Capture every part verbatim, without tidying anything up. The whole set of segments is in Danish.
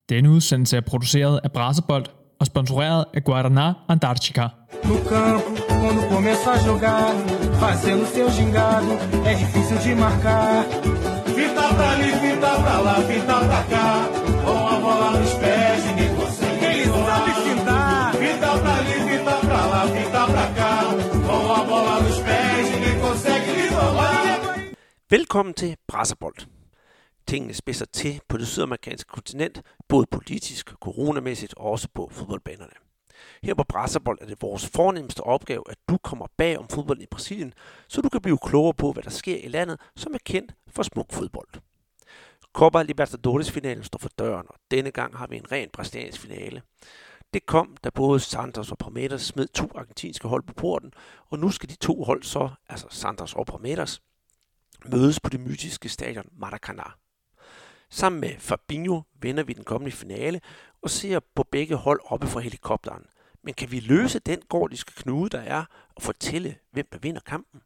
Denne udsendelse er produceret af Brasserbold og sponsoreret af Guaraná Antarctica. No campo, quando começa a jogar, fazendo seu gingado, é difícil de marcar. Fita pra ali, fita pra lá, fita pra cá, com a bola nos pés, ninguém consegue. Ele sabe fintar. Fita pra ali, fita pra lá, fita pra cá, com a bola nos pés, ninguém consegue lhe roubar. Velkommen til Brasserbold. Tingene spidser til på det sydamerikanske kontinent, både politisk, coronamæssigt og også på fodboldbanerne. Her på Brasserbold er det vores fornemmeste opgave, at du kommer bag om fodbolden i Brasilien, så du kan blive klogere på, hvad der sker i landet, som er kendt for smuk fodbold. Copa Libertadores-finalen står for døren, og denne gang har vi en ren brasiliansk finale. Det kom, da både Santos og Palmeiras smed to argentinske hold på porten, og nu skal de to hold så, altså Santos og Palmeiras, mødes på det mytiske stadion Maracanã. Sammen med Fabinho vinder vi den kommende finale og ser på begge hold oppe fra helikopteren. Men kan vi løse den gordiske knude, der er, og fortælle, hvem der vinder kampen?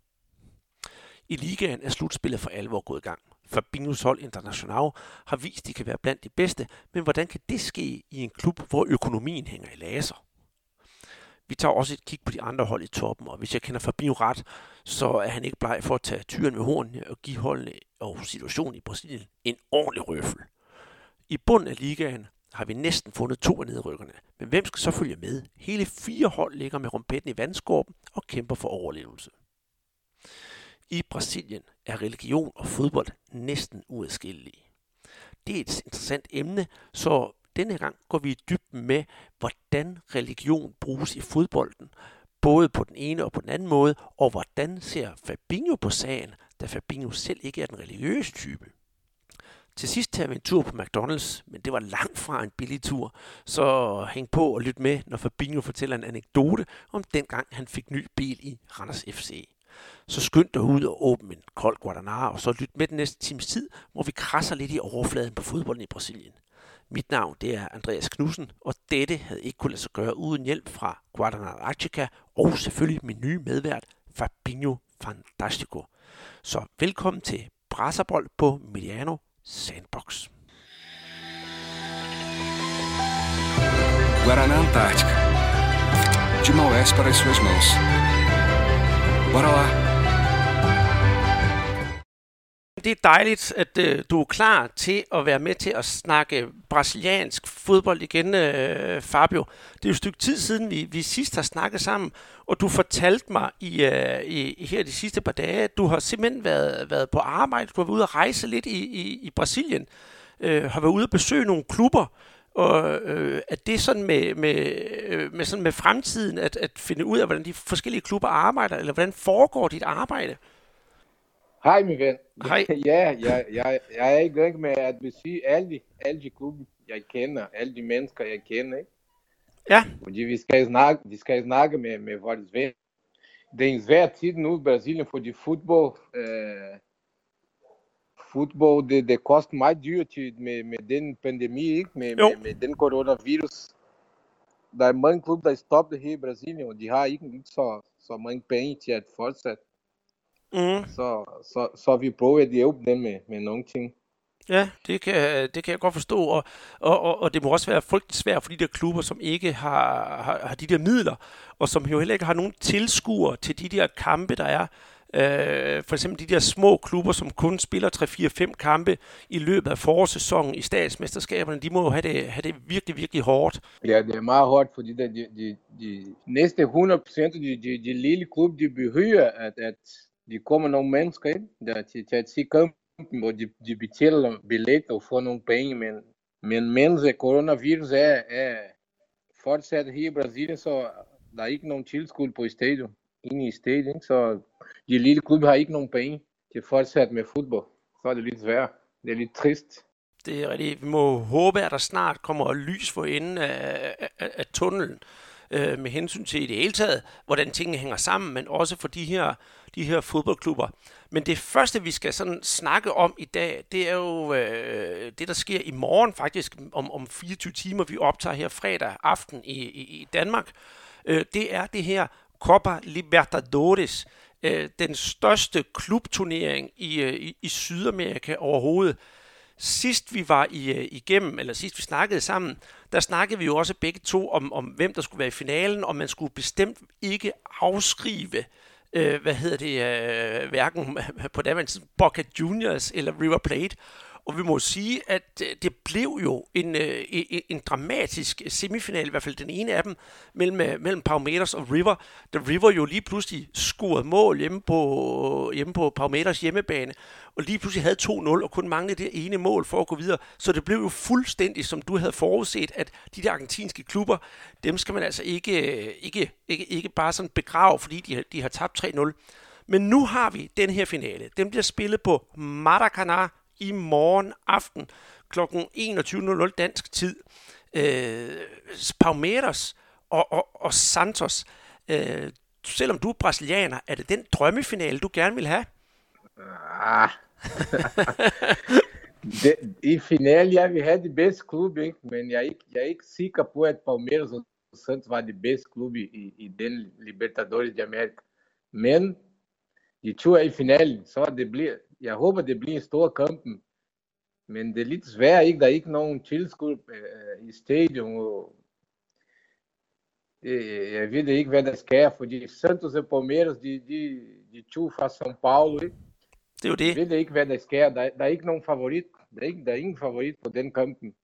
I ligaen er slutspillet for alvor gået i gang. Fabinhos hold Internacional har vist, at de kan være blandt de bedste, men hvordan kan det ske i en klub, hvor økonomien hænger i laser? Vi tager også et kig på de andre hold i toppen, og hvis jeg kender Fabinho ret, så er han ikke bleg for at tage tyren ved hornene og give holdene og situationen i Brasilien en ordentlig røffel. I bunden af ligaen har vi næsten fundet to af nedrykkerne, men hvem skal så følge med? Hele fire hold ligger med rumpetten i vandskorben og kæmper for overlevelse. I Brasilien er religion og fodbold næsten uadskillelige. Det er et interessant emne, så denne gang går vi i dybden med, hvordan religion bruges i fodbolden, både på den ene og på den anden måde, og hvordan ser Fabinho på sagen, da Fabinho selv ikke er den religiøse type. Til sidst tager vi en tur på McDonald's, men det var langt fra en billig tur, så hæng på og lyt med, når Fabinho fortæller en anekdote om dengang han fik ny bil i Randers F C. Så skynd dig ud og åbne en kold Guaraná, og så lyt med den næste times tid, hvor vi krasser lidt i overfladen på fodbolden i Brasilien. Mit navn det er Andreas Knudsen, og dette havde ikke kunnet lade sig gøre uden hjælp fra Guaraná Antarctica og selvfølgelig min nye medvært Fabinho Fantastico. Så velkommen til Brasserbold på Mediano Sandbox. Guaraná Antártica. De Maués para as suas mãos. Bora lá. Det er dejligt, at øh, du er klar til at være med til at snakke brasiliansk fodbold igen, øh, Fabio. Det er jo et stykke tid siden, vi, vi sidst har snakket sammen, og du fortalte mig i, øh, i her de sidste par dage, at du har simpelthen været, været på arbejde, du har været ude at rejse lidt i, i, i Brasilien, øh, har været ude at besøge nogle klubber, og øh, at det er sådan med, med, øh, med, sådan med fremtiden, at, at finde ud af, hvordan de forskellige klubber arbejder, eller hvordan foregår dit arbejde? Hej, min ven. Hej. Ja, jeg, jeg, jeg er i gang med at besøge alle, alle de klubber, jeg kender, alle de mennesker, jeg kender, ikke? Ja. Fordi vi skal snakke, vi skal snakke med, med vores ven. Det er en svær tid nu i Brasilien, fordi fodbold, øh, fodbold det, det koster meget dyrt med, med den pandemi, ikke? Med, med, med den coronavirus. Der er mange klubber, der stopper her i Brasilien, og de har ikke, ikke så, så mange penge til at fortsætte. Mm. Så, så, så vi prøver at hjælpe dem med, med nogle ting. Ja, det kan, det kan jeg godt forstå, og, og, og, og det må også være frygtelig svært for de der klubber, som ikke har, har, har de der midler, og som jo heller ikke har nogen tilskuere til de der kampe, der er. Øh, for eksempel de der små klubber, som kun spiller tre fire fem kampe i løbet af forårssæsonen i statsmesterskaberne, de må jo have det, have det virkelig, virkelig hårdt. Ja, det er meget hårdt, fordi de, de, de, de næste hundrede procent af de, de, de lille klubber, de behøver, at, at de kommer nogle mennesker ind, der til, til at se kampen, hvor de, de betaler billet og får nogle penge, men, men mens coronavirus er, er fortsat her i Brasilien, så der er ikke nogen tilskud på stadion, inde i stadion, så de lille klubber har ikke nogen penge til at fortsætte med fodbold. Så er det lidt svært. Det er lidt trist. Det er rigtigt. Vi må håbe, at der snart kommer lys for enden af, af, af tunnelen, øh, med hensyn til i det hele taget, hvordan tingene hænger sammen, men også for de her, de her fodboldklubber. Men det første, vi skal sådan snakke om i dag, det er jo øh, det, der sker i morgen faktisk, om, om fireogtyve timer, vi optager her fredag aften i, i, i Danmark. Øh, det er det her Copa Libertadores, øh, den største klubturnering i, i, i Sydamerika overhovedet. sidst vi var i, igennem, eller sidst vi snakkede sammen, der snakkede vi jo også begge to om, om hvem der skulle være i finalen, og man skulle bestemt ikke afskrive, øh, hvad hedder det, øh, hverken på daværende Boca Juniors eller River Plate. Og vi må sige, at det blev jo en, en, en dramatisk semifinal, i hvert fald den ene af dem, mellem, mellem Palmeiras og River. Da River jo lige pludselig scorede mål hjemme på, hjemme på Palmeiras hjemmebane, og lige pludselig havde to nul og kun manglede det ene mål for at gå videre. Så det blev jo fuldstændig, som du havde forudset, at de der argentinske klubber, dem skal man altså ikke, ikke, ikke, ikke bare sådan begrave, fordi de, de har tabt tre nul. Men nu har vi den her finale. Den bliver spillet på Maracanã i morgen aften klokken enogtyve nul nul dansk tid. Øh, Palmeiras og, og, og Santos. Øh, selvom du er brasilianer, er det den drømmefinale, du gerne vil have? Ah. det, I finale, jeg vil have de bedste klub, ikke? Men jeg er ikke, jeg er ikke sikker på, at Palmeiras og Santos var de bedste klub i, i den Libertadores de América. Men de to er i finalen, så det bliver, jeg håber, det bliver en stor kamp. Men det er lidt svært, ikke? Der er ikke nogen tilskud øh, i stadion. Og øh, jeg ved ikke, hvad der sker, fordi Santos og Palmeiras, de, de, de to fra São Paulo, ikke? Det er jo det. Jeg ved ikke, hvad der sker. Der, der er ikke nogen favorit. Der er, ikke, der er ingen favorit på den kampen.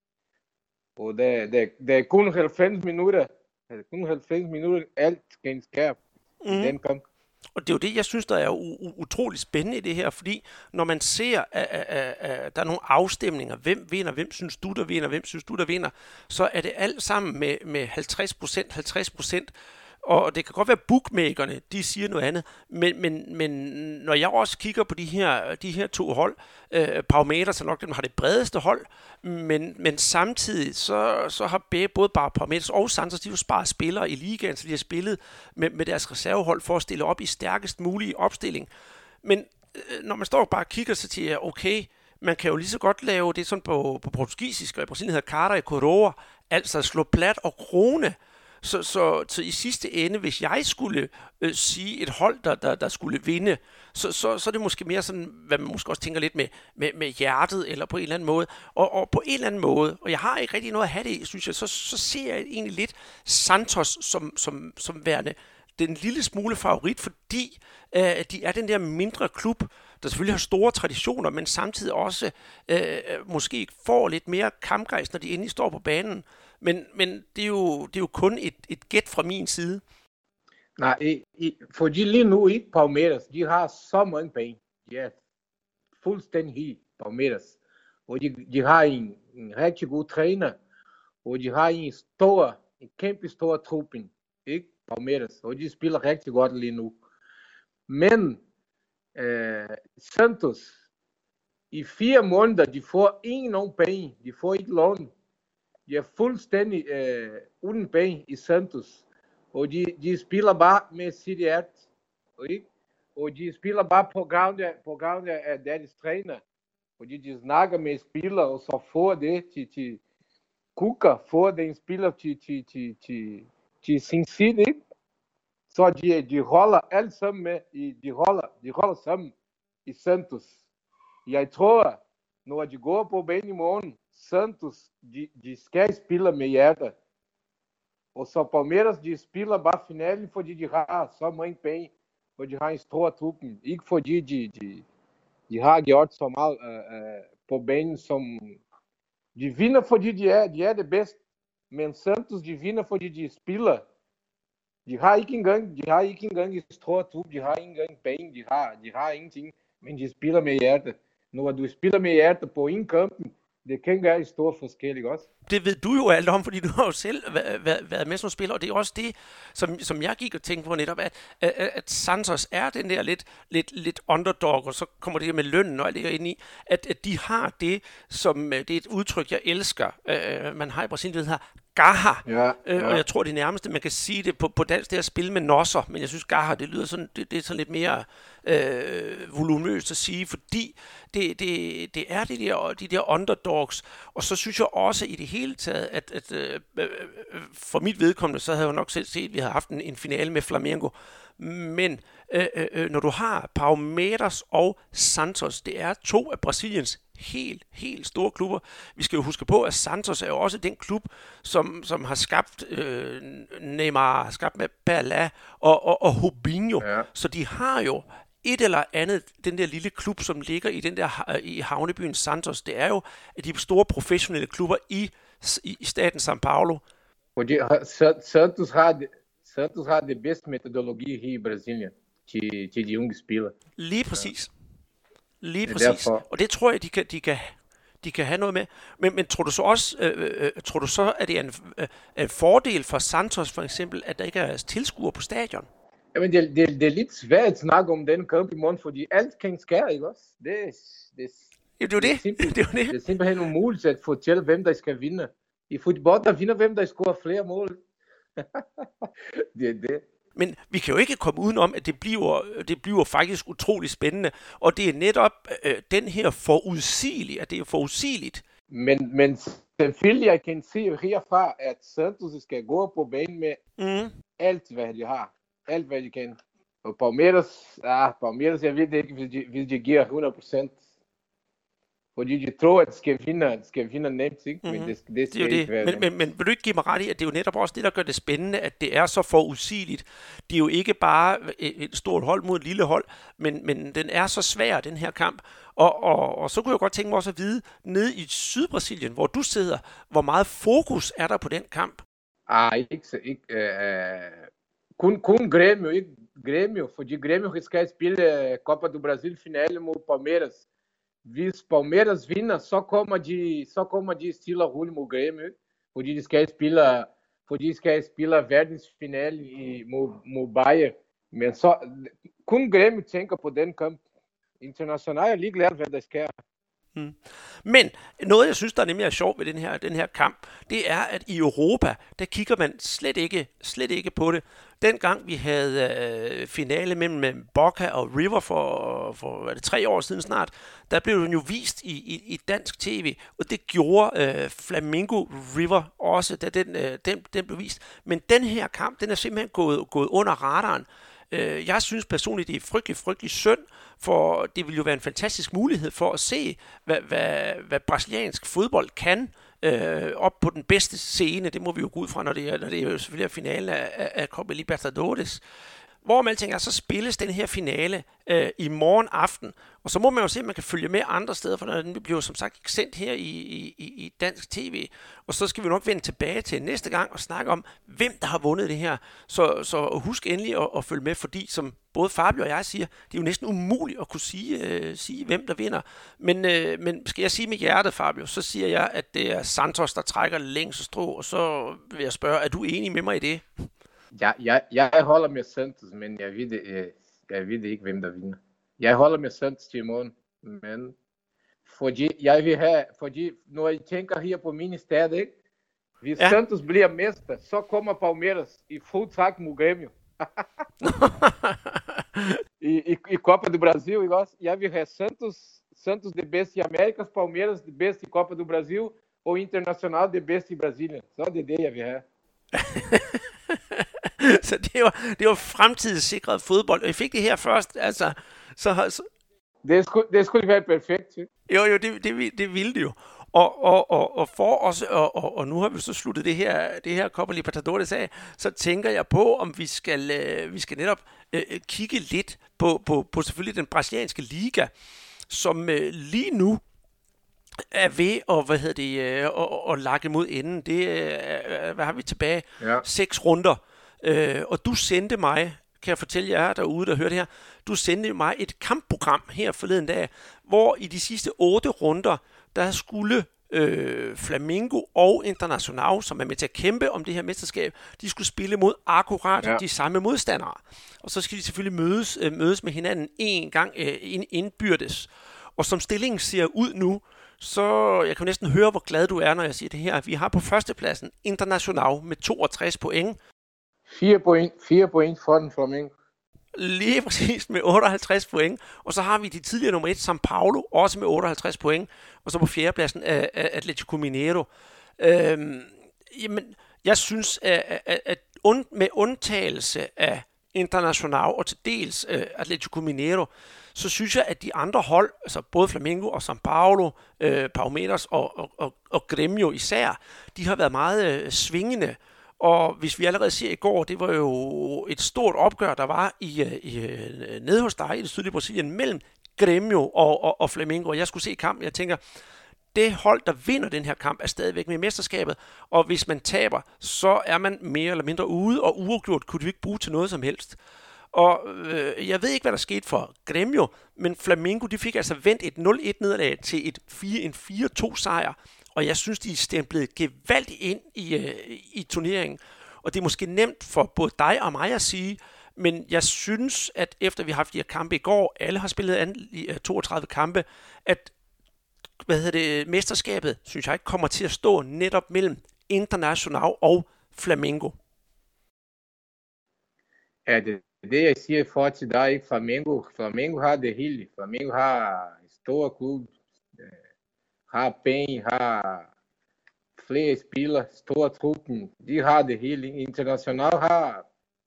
Og der, der, der er kun halvfems minutter. Der er kun halvfems minutter. Alt kan ske mm. i den kamp. Og det er jo det, jeg synes, der er u- utrolig spændende i det her, fordi når man ser, at, at, at, at der er nogle afstemninger, hvem vinder, hvem synes du, der vinder, hvem synes du, der vinder, så er det alt sammen med, med halvtreds procent, halvtreds procent. Og det kan godt være, at bookmakerne, de siger noget andet, men, men, men når jeg også kigger på de her, de her to hold, øh, Palmeiras er nok dem, der har det bredeste hold, men, men samtidig så, så har begge, både bare Palmeiras og Santos, de har jo sparet spillere i ligaen, så de har spillet med, med deres reservehold for at stille op i stærkest mulige opstilling. Men øh, når man står og bare kigger, så til okay, man kan jo lige så godt lave det sådan på, på portugisisk, og i Brasilien hedder cara e coroa, altså slå plat og krone. Så, så, så i sidste ende, hvis jeg skulle øh, sige et hold, der, der, der skulle vinde, så, så, så er det måske mere sådan, hvad man måske også tænker lidt med, med, med hjertet, eller på en eller anden måde. Og, og på en eller anden måde, og jeg har ikke rigtig noget at have det i, synes jeg, så, så ser jeg egentlig lidt Santos som, som, som værende den lille smule favorit, fordi øh, de er den der mindre klub, der selvfølgelig har store traditioner, men samtidig også øh, måske får lidt mere kampgejst, når de endelig står på banen. Men, men det, er jo, det er jo kun et, et gæt fra min side. Nej, i, i, fordi lige nu i Palmeiras, de har så mange penge. De er fuldstændig Palmeiras. Og de, de har en, en rigtig god træner, og de har en stor, en kæmpe stor truppen, ikke? Palmeiras, og de spiller rigtig godt lige nu. Men øh, Santos, i fire måneder, de får ingen nogen penge, de får ikke lån. De er fuldstændig øh, uden penge i Santos, og de, de spiller bare med sit hjerte, ikke? Og de spiller bare på grund af, på grund af deres træner, fordi de snakker med spillere, og så får det til, til Cuca, får den spiller til, til, til, til, til sin side, ikke? Så de, de holder alt sammen med, de holder, de holder sammen i Santos. Jeg tror, når de går på banen i morgen, Santos, de, de skal spille med hjertet. Og så Palmeiras, de spiller bare finalen, fordi de har så mange penge, og de har en stor truppen. Ikke fordi de, de, de har gjort så meget uh, uh, på banen, som de vinder, fordi de er, de er det bedste. Men Santos, de vinder, fordi de spiller. De har ikke engang, de har ikke engang en stor trup, de har ikke engang penge, de har, de har ingenting, men de spiller med hjertet. Når du spiller med hjertet på en kamp, det kan gøre en stor forskel, ikke også? Det ved du jo alt om, fordi du har jo selv været, været med som spiller, og det er også det, som, som jeg gik og tænkte på netop, at, at, at Santos er den der lidt, lidt, lidt underdog, og så kommer det med lønnen og alt det her ind i, at, at de har det, som det er et udtryk, jeg elsker. Uh, man har i Brasilien, det hedder garra, ja, ja. Uh, og jeg tror det nærmeste, man kan sige det på, på dansk, det er at spille med nosser, men jeg synes garra, det lyder sådan, det, det er sådan lidt mere øh, volumøst at sige, fordi det, det, det er de der, de der underdogs, og så synes jeg også i det hele taget, at, at øh, for mit vedkommende, så havde jeg jo nok selv set, at vi havde haft en, en finale med Flamengo, Men øh, øh, når du har Palmeiras og Santos, det er to af Brasiliens helt, helt store klubber. Vi skal jo huske på, at Santos er jo også den klub, som, som har skabt øh, Neymar, har skabt med Pelé og, og, og Robinho. Ja. Så de har jo et eller andet, den der lille klub, som ligger i den der i havnebyen Santos. Det er jo de store professionelle klubber i, i, i staten São Paulo. Fordi Santos har, Santos har det bedste metodologi her i Brasilien til, til de unge spillere. Lige præcis. Lige præcis. Og det tror jeg, de kan, de kan, de kan have noget med. Men, men tror du så også, øh, øh, tror du så, at det er en, øh, en fordel for Santos for eksempel, at der ikke er tilskuere på stadion? Jamen, det, det, det er lidt svært at snakke om den kamp i morgen, fordi alt kan ske, ikke også? Det, det, ja, det er jo det. Det er, det, er det. det er simpelthen umuligt at fortælle, hvem der skal vinde. I fodbold, der vinder, hvem der scorer flere mål. Det er det. Men vi kan jo ikke komme udenom, at det bliver, det bliver faktisk utrolig spændende. Og det er netop øh, den her forudsigelige, at det er forudsigeligt. Men, men selvfølgelig jeg kan se herfra, at Santos skal gå på banen med mm. alt, hvad de har. Alt, hvad de kan. Og Palmeiras, ah, Palmeiras, jeg ved ikke, hvis de, hvis de giver hundrede procent. Fordi de tror, at de skal vinde, de skal vinde nemt, ikke? Mm-hmm. Men det, det, det er jo det. Men, men, men vil du ikke give mig ret i, at det er jo netop også det, der gør det spændende, at det er så forudsigeligt. Det er jo ikke bare et stort hold mod et lille hold, men, men den er så svær, den her kamp. Og, og, og så kunne jeg godt tænke mig også at vide, nede i Sydbrasilien, hvor du sidder, hvor meget fokus er der på den kamp? Ah, ikke, ikke uh, kun, kun Grêmio, ikke Grêmio, fordi Grêmio skal spille Copa do Brasil finale mod Palmeiras. Hvis Palmeiras vinder, så kommer de, så kommer de stille og roligt mod Grêmio, fordi de skal spille, fordi de skal spille verdensfinale i mod, mod Bayern. Men så kun Grêmio tænker på den kamp. International er ligeglad, hvad der sker. Hmm. Men noget, jeg synes, der er nemlig er sjovt ved den her, den her kamp, det er, at i Europa, der kigger man slet ikke, slet ikke på det. Dengang vi havde øh, finale mellem Boca og River for, for er det, tre år siden snart, der blev den jo vist i, i, i dansk tv, og det gjorde øh, Flamengo River også, da den, øh, den, den blev vist. Men den her kamp, den er simpelthen gået, gået under radaren. Jeg synes personligt, det er frygtelig, frygtelig synd, for det vil jo være en fantastisk mulighed for at se, hvad, hvad, hvad brasiliansk fodbold kan øh, op på den bedste scene. Det må vi jo gå ud fra, når det er, når det er jo selvfølgelig er finalen af, af Copa Libertadores. Hvorom alting er, så spilles den her finale øh, i morgen aften, og så må man jo se, at man kan følge med andre steder, for den bliver jo som sagt ikke sendt her i, i, i dansk tv, og så skal vi nok vende tilbage til næste gang og snakke om, hvem der har vundet det her. Så, så husk endelig at, at følge med, fordi som både Fabio og jeg siger, det er jo næsten umuligt at kunne sige, øh, sige hvem der vinder. Men, øh, men skal jeg sige med hjertet, Fabio, så siger jeg, at det er Santos, der trækker længst strå, og så vil jeg spørge, er du enig med mig i det? Ja, jeg, jeg holder med Santos, men jeg ved, det, jeg, jeg ved ikke, hvem der vinder. Jeg holder med Santos til morgen, men fordi jeg vil have, fordi når jeg tænker her på min sted, ikke? Hvis ja. Santos bliver mester, så kommer Palmeiras i fuld træk mod Grêmio. I, i, I Copa do Brasil, ikke også? Jeg vil have Santos, Santos det bedste i América, Palmeiras det bedste i Copa do Brasil, og Internacional det bedste i Brasilien. Så er det det, jeg vil have. Så det var, det var fremtidssikret fodbold, og jeg fik det her først, altså, så... så... Det, skulle, det skulle være perfekt, ikke? Jo, jo, det, det, det ville det jo. Og, og, og, og for os, og, og, og nu har vi så sluttet det her, det her Copa Libertadores af, så tænker jeg på, om vi skal, øh, vi skal netop øh, kigge lidt på, på, på selvfølgelig den brasilianske liga, som øh, lige nu er ved at, hvad hedder det, øh, at, at lakke mod enden. Det øh, hvad har vi tilbage? Ja. Seks runder. Øh, og du sendte mig, kan jeg fortælle jer derude, der hører det her, du sendte mig et kampprogram her forleden dag, hvor i de sidste otte runder, der skulle øh, Flamengo og Internacional, som er med til at kæmpe om det her mesterskab, de skulle spille mod akkurat ja. de samme modstandere. Og så skal de selvfølgelig mødes, øh, mødes med hinanden en gang øh, indbyrdes. Og som stillingen ser ud nu, så jeg kan næsten høre, hvor glad du er, når jeg siger det her. Vi har på førstepladsen Internacional med toogtres point. Fire point, fire point for den Flamengo. Lige præcis med otteoghalvtreds point. Og så har vi de tidligere nummer et, São Paulo, også med otteoghalvtreds point. Og så på fjerdepladsen uh, Atlético Mineiro. Øhm, jamen, jeg synes, at, at, at und, med undtagelse af Internacional og til dels øh, Atlético Mineiro, så synes jeg, at de andre hold, altså både Flamengo og São Paulo, øh, Palmeiras og, og, og, og Grêmio især, de har været meget øh, svingende. Og hvis vi allerede ser i går, det var jo et stort opgør, der var i, i, nede hos dig i det sydlige Brasilien mellem Grêmio og, og, og Flamengo. Og jeg skulle se kampen, jeg tænker, det hold, der vinder den her kamp, er stadigvæk med i mesterskabet. Og hvis man taber, så er man mere eller mindre ude, og uafgjort kunne du ikke bruge til noget som helst. Og øh, jeg ved ikke, hvad der skete for Grêmio, men Flamengo, de fik altså vendt et nul et nederlag til et fire to sejr. Og jeg synes, de er stemplet gevaldigt ind i, øh, i turneringen. Og det er måske nemt for både dig og mig at sige, men jeg synes, at efter vi har haft de her kampe i går, alle har spillet an, toogtredive kampe, at hvad hedder det, mesterskabet, synes jeg ikke, kommer til at stå netop mellem Internacional og Flamengo. Ja, det det, jeg siger for til dig, ikke? Flamengo, Flamengo har det hele. Flamengo har store klub, har penge, har flere spillere, store truppen. De har det hele. International har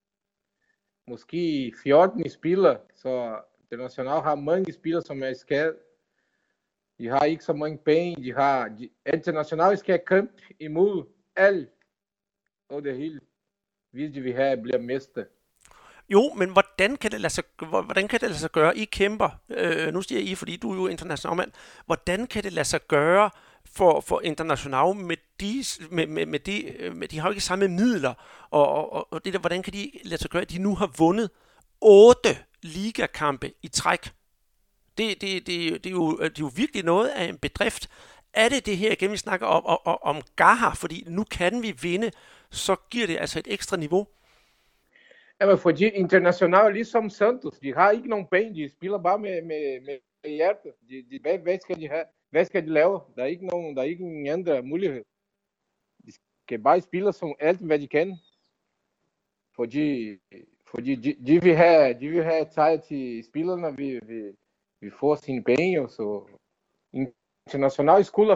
måske fjorten spillere, så International har mange spillere, som er skadet. De har ikke så mange penge. De har de, International skal kæmpe imod alle og det hele, hvis de vil have bliver mester. Jo, men hvordan kan det lade sig, hvordan kan det lade sig gøre? I kæmper, øh, nu siger I, fordi du er jo international mand. Hvordan kan det lade sig gøre for, for International med de, med, med, med de, med de har jo ikke samme midler, og, og, og det der, hvordan kan de lade sig gøre, at de nu har vundet otte ligakampe i træk? Det, det, det, det, er jo, det er jo virkelig noget af en bedrift. Er det det her igen, vi snakker om, om, om Gaha, fordi nu kan vi vinde, så giver det altså et ekstra niveau. Ja, men fordi International ligesom Santos, de har ikke nogen penge, de spiller bare med, med, med hjerte. De, de, hvad, hvad skal de have? Hvad skal de lave? Der er ikke nogen, der er ikke nogen andre mulighed. De skal bare spille som alt, hvad de kan. Fordi, fordi de, de vil have, de vil have taget til spillerne, vi, vi, vi får sine penge, så International skulle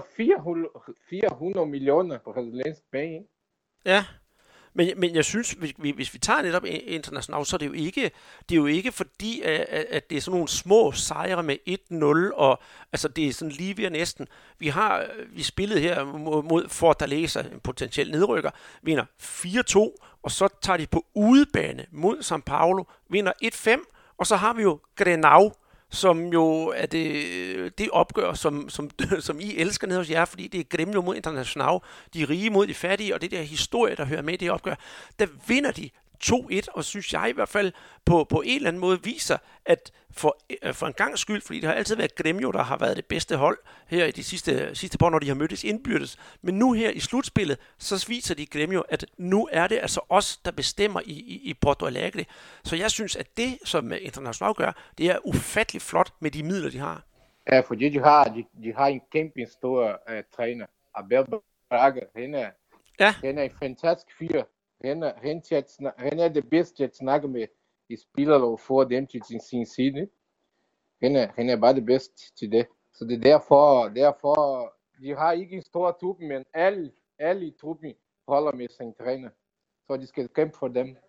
fire hundrede millioner på brasilianske penge. Ja. Men, men jeg synes, hvis vi, hvis vi tager netop International, så er det jo ikke, det er jo ikke fordi, at, at det er sådan nogle små sejre med et nul, og altså det er sådan lige ved næsten. Vi har vi spillet her mod Fortaleza, en potentiel nedrykker, vinder fire to, og så tager de på udebane mod São Paulo, vinder et fem, og så har vi jo Grenau, som jo er det, det opgør, som, som, som I elsker ned hos jer, fordi det er Grêmio mod International, de rige mod de fattige, og det der historie, der hører med i det opgør, der vinder de to et, og synes jeg i hvert fald på, på en eller anden måde viser, at for, for en gang skyld, fordi det har altid været Grêmio, der har været det bedste hold her i de sidste, sidste par, når de har mødtes indbyrdes, men nu her i slutspillet, så viser de Grêmio, at nu er det altså os, der bestemmer i, i, i Porto Alegre. Så jeg synes, at det, som International gør, det er ufattelig flot med de midler, de har. Ja, fordi de har, de, de har en kæmpe stor uh, træner, Abel Braga. Han er, ja. han er en fantastisk fyr. Han er, han, han er det bedste at snakke med de spillere og få dem til sin side. Han er, han er bare det bedste til det. Så det er derfor, derfor de har ikke en stor truppe, men alle, alle i truppen holder med sin træner. Så de skal kæmpe for dem.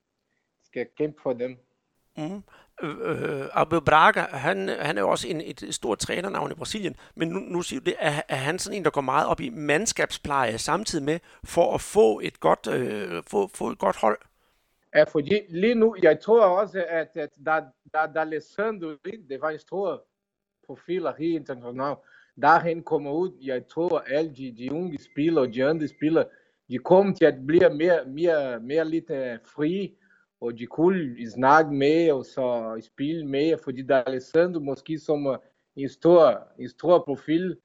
De skal kæmpe for dem. Mm. Øh, Abel Braga, han, han er jo også en, et stort trænernavn i Brasilien, men nu, nu siger du det, er, er han sådan en, der går meget op i mandskabspleje samtidig med, for at få et godt, øh, få, få et godt hold? Ja, fordi lige nu, jeg tror også, at, at da, da, da Alessandro, det var en stor profil her i International, da han kommer ud, jeg tror, at alle de, de unge spillere og de andre spillere, de kommer til at blive mere, mere, mere lidt uh, frie, og de kunne snakke med og så spille med, fordi da Alessandro måske som en stor, en stor profil,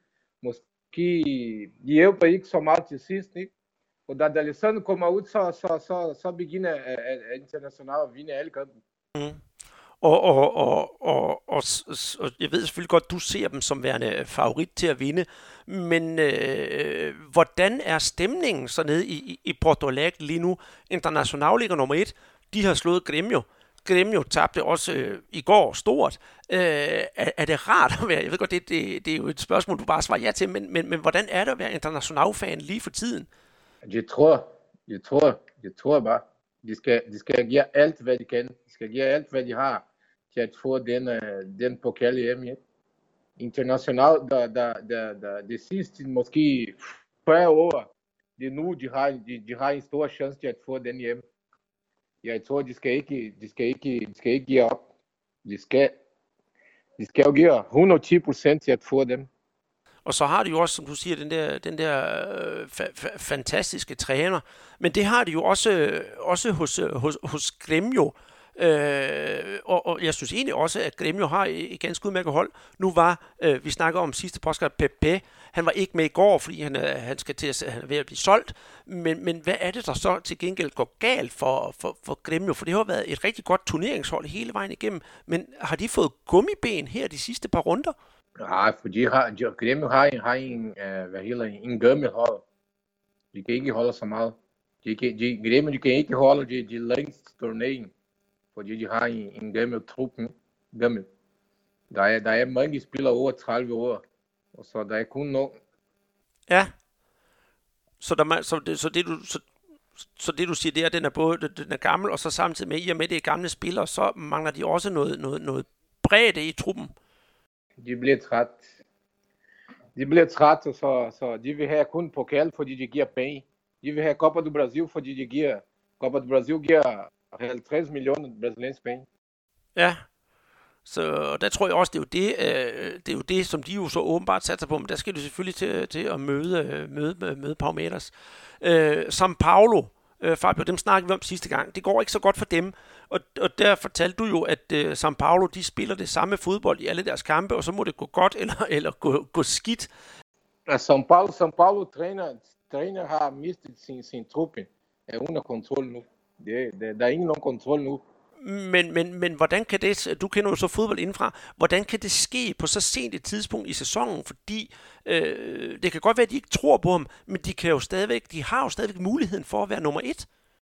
måske hjælper ikke så meget til sidst, ikke? Og da Alessandro kommer ud, så, så, så, så begynder International at vinde alle kampen. Mm. Og, og, og, og, og, og jeg ved selvfølgelig godt, du ser dem som værende favorit til at vinde, men øh, hvordan er stemningen så nede i, i, i Porto Alegre lige nu? International ligger nummer et. De har slået Grêmio. Grêmio tabte også øh, i går stort. Øh, er, er det rart at være? Jeg ved godt, det, det, det er jo et spørgsmål, du bare svarer ja til, men, men, men hvordan er det at være International-fan lige for tiden? Jeg tror, jeg tror, jeg tror bare. De skal, de skal give alt, hvad de kan. De skal give alt, hvad de har, til at få den, den pokal hjem. Ja. Internationalt, der, der, der, der, det sidste måske fyrre år, det er nu, de har, de, de har en stor chance til at få den hjem. Jeg tror, de skal ikke, de skal ikke, de skal ikke give op. De skal, de skal jo give hundrede og ti procent til at få dem. Og så har de jo også, som du siger, den der, den der øh, fa- fa- fantastiske træner. Men det har de jo også, også hos, hos, hos Grêmio. Øh, og, og jeg synes egentlig også, at Grêmio har et ganske udmærket hold. Nu var, øh, vi snakker om sidste podcast, Pepe. Han var ikke med i går, fordi han, han skal til at, han er ved at blive solgt. Men, men hvad er det, der så til gengæld går galt for, for, for Grêmio? For det har været et rigtig godt turneringshold hele vejen igennem. Men har de fået gummiben her de sidste par runder? Ja, for de har, de, Grêmio har, har en, uh, hvad hedder en gammel hold. De kan ikke holde så meget. De kan, de, Grêmio de kan ikke holde de, de længste turneringen, fordi de har en, en gammel trup. Gammel. Der er, der er mange spillere over tredive år, og så der er kun nogen. Ja. Så, der, så, det, så, det, du, så, så det du siger, det er, at den er både den er gammel, og så samtidig med, i og med det er gamle spillere, så mangler de også noget, noget, noget bredde i truppen. De bliver træt. De bliver træt, og så, så de vil have kun pokal, fordi de giver penge. De vil have Copa do Brasil, fordi de giver Copa do Brasil giver halvtreds millioner brasilianske penge. Ja, så der tror jeg også, det er jo det, øh, det er jo det, som de jo så åbenbart satser på, men der skal du selvfølgelig til, til at møde, møde, møde Palmeiras. Øh, São Paulo, øh, Fabio, dem snakkede vi om sidste gang. Det går ikke så godt for dem, og, og der fortalte du jo, at øh, São Paulo, de spiller det samme fodbold i alle deres kampe, og så må det gå godt eller, eller gå, gå skidt. Ja, São Paulo, São Paulo træner, træner har mistet sin, sin truppe, er under kontrol nu. Det, det, der er ingen nogen kontrol nu. Men, men, men hvordan kan det, du kender jo så fodbold indenfra, hvordan kan det ske på så sent et tidspunkt i sæsonen? Fordi øh, det kan godt være, at de ikke tror på ham, men de, kan jo stadigvæk, de har jo stadigvæk muligheden for at være nummer et.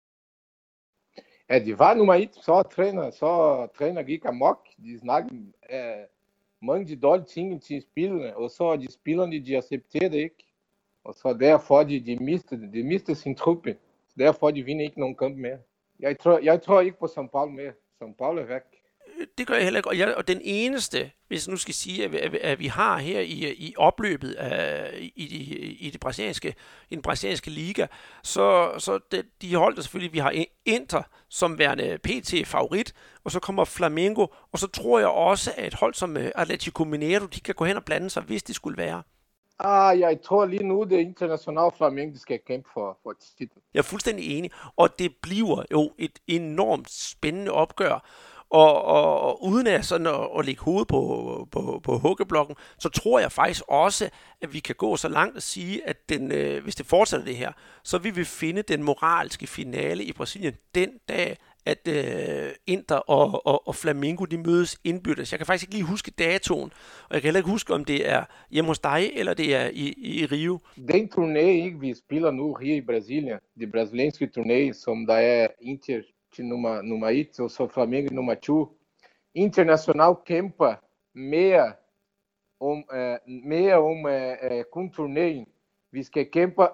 Ja, de var nummer et, så træner, så træner gik amok. De snakker øh, mange de dårlige ting til spillerne, og så de spillerne, de accepterer det ikke. Og så derfor de, de mistede, de mistede sin truppe. Derfor de vinder ikke nogen kamp mere. Jeg tror, jeg tror ikke på São Paulo mere. São Paulo er væk. Det gør jeg heller ikke. Og, jeg, og den eneste, hvis jeg nu skal sige, at, at, at vi har her i, i opløbet af, i, i, i, det brasilianske, i den brasilianske liga, så, så det, de hold der selvfølgelig, vi har Inter som værende P T-favorit, og så kommer Flamengo, og så tror jeg også, at et hold som Atlético Mineiro, de kan gå hen og blande sig, hvis det skulle være. Ah, jeg tror lige nu, det er internationale Flamengo, de skal kæmpe for, for titlen. Jeg er fuldstændig enig, og det bliver jo et enormt spændende opgør. Og, og, og uden at, sådan at, at lægge hovedet på, på, på huggeblokken, så tror jeg faktisk også, at vi kan gå så langt at sige, at den, øh, hvis det fortsætter det her, så vil vi finde den moralske finale i Brasilien den dag, at øh, Inter og, og, og Flamengo de mødes indbyrdes. Jeg kan faktisk ikke lige huske datoen, og jeg kan heller ikke huske, om det er hjemme hos dig, eller det er i, i Rio. Den turné, ikke, vi spiller nu her i Brasilien, det brasilianske turné, som der er Inter til nummer, nummer et, og så Flamengo nummer to. International kæmper mere om, uh, mere om uh, uh, kun turnéen. Vi skal kæmpe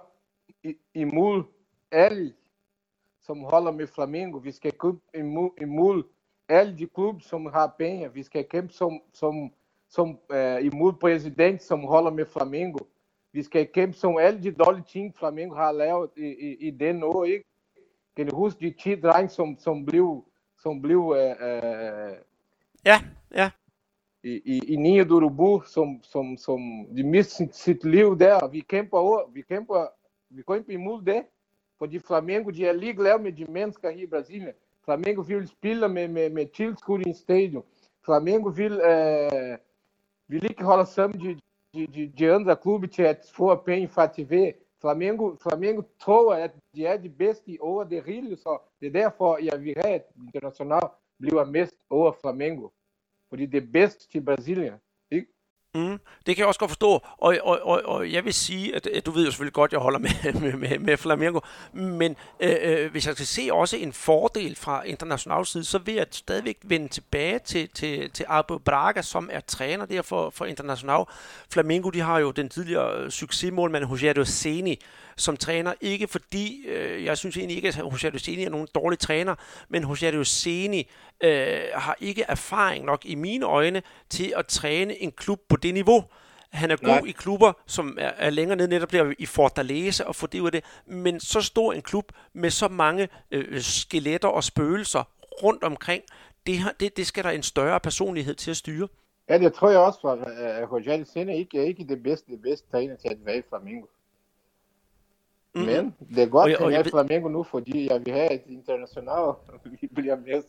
imod alle, som holder med Flamengo. Vi skal kæmpe imod, imod alle de klubber, som har penge. Vi skal kæmpe som, som, som, uh, imod præsident, som holder med Flamengo. Vi skal kæmpe som alle de dårlige ting, Flamengo har lavet i, i, i den år, ikke? Kan du huske de ti drenge, som, som blev, som blev uh, uh, ja, ja. i, i, i Ninho do Urubu, som, som, som de mistede sit, sit liv der. Vi kæmper, vi kæmper, vi kæmper imod det, fordi Flamengo, de er ligeglade med de mennesker her i Brasilien. Flamengo vil spille med, med, med tilskud i stadion. Flamengo vil, uh, vil ikke holde sammen de, de, de, de andre klubber til at få penge fra T V. Flamengo, Flamengo tror, at de er de bedste over det hele, så det er derfor, jeg vil have, at international bliver mest over Flamengo. Fordi det er bedst til Brasilien, ikke? Mm, det kan jeg også godt forstå, og, og, og, og jeg vil sige, at, at du ved jo selvfølgelig godt, at jeg holder med, med, med, med Flamengo, men øh, øh, hvis jeg skal se også en fordel fra international side, så vil jeg stadigvæk vende tilbage til, til, til Abel Braga, som er træner der for, for international. Flamengo, de har jo den tidligere succesmålmand Rogério Ceni, som træner. Ikke fordi, øh, jeg synes egentlig ikke, at José Luceni er nogen dårlig træner, men José Luceni øh, har ikke erfaring nok i mine øjne til at træne en klub på det niveau. Han er god Nej. i klubber, som er, er længere nede, netop der i Fortaleza og få det ud af det. Men så stor en klub med så mange øh, skeletter og spøgelser rundt omkring, det, har, det, det skal der en større personlighed til at styre. Ja, det tror jeg også, for at Rogério Luceni ikke er ikke det bedste, det bedste træner til at være i Flamengo. Mm. Men det er godt, at jeg er i Flamengo nu, fordi jeg vil have et internationalt, vi bliver med.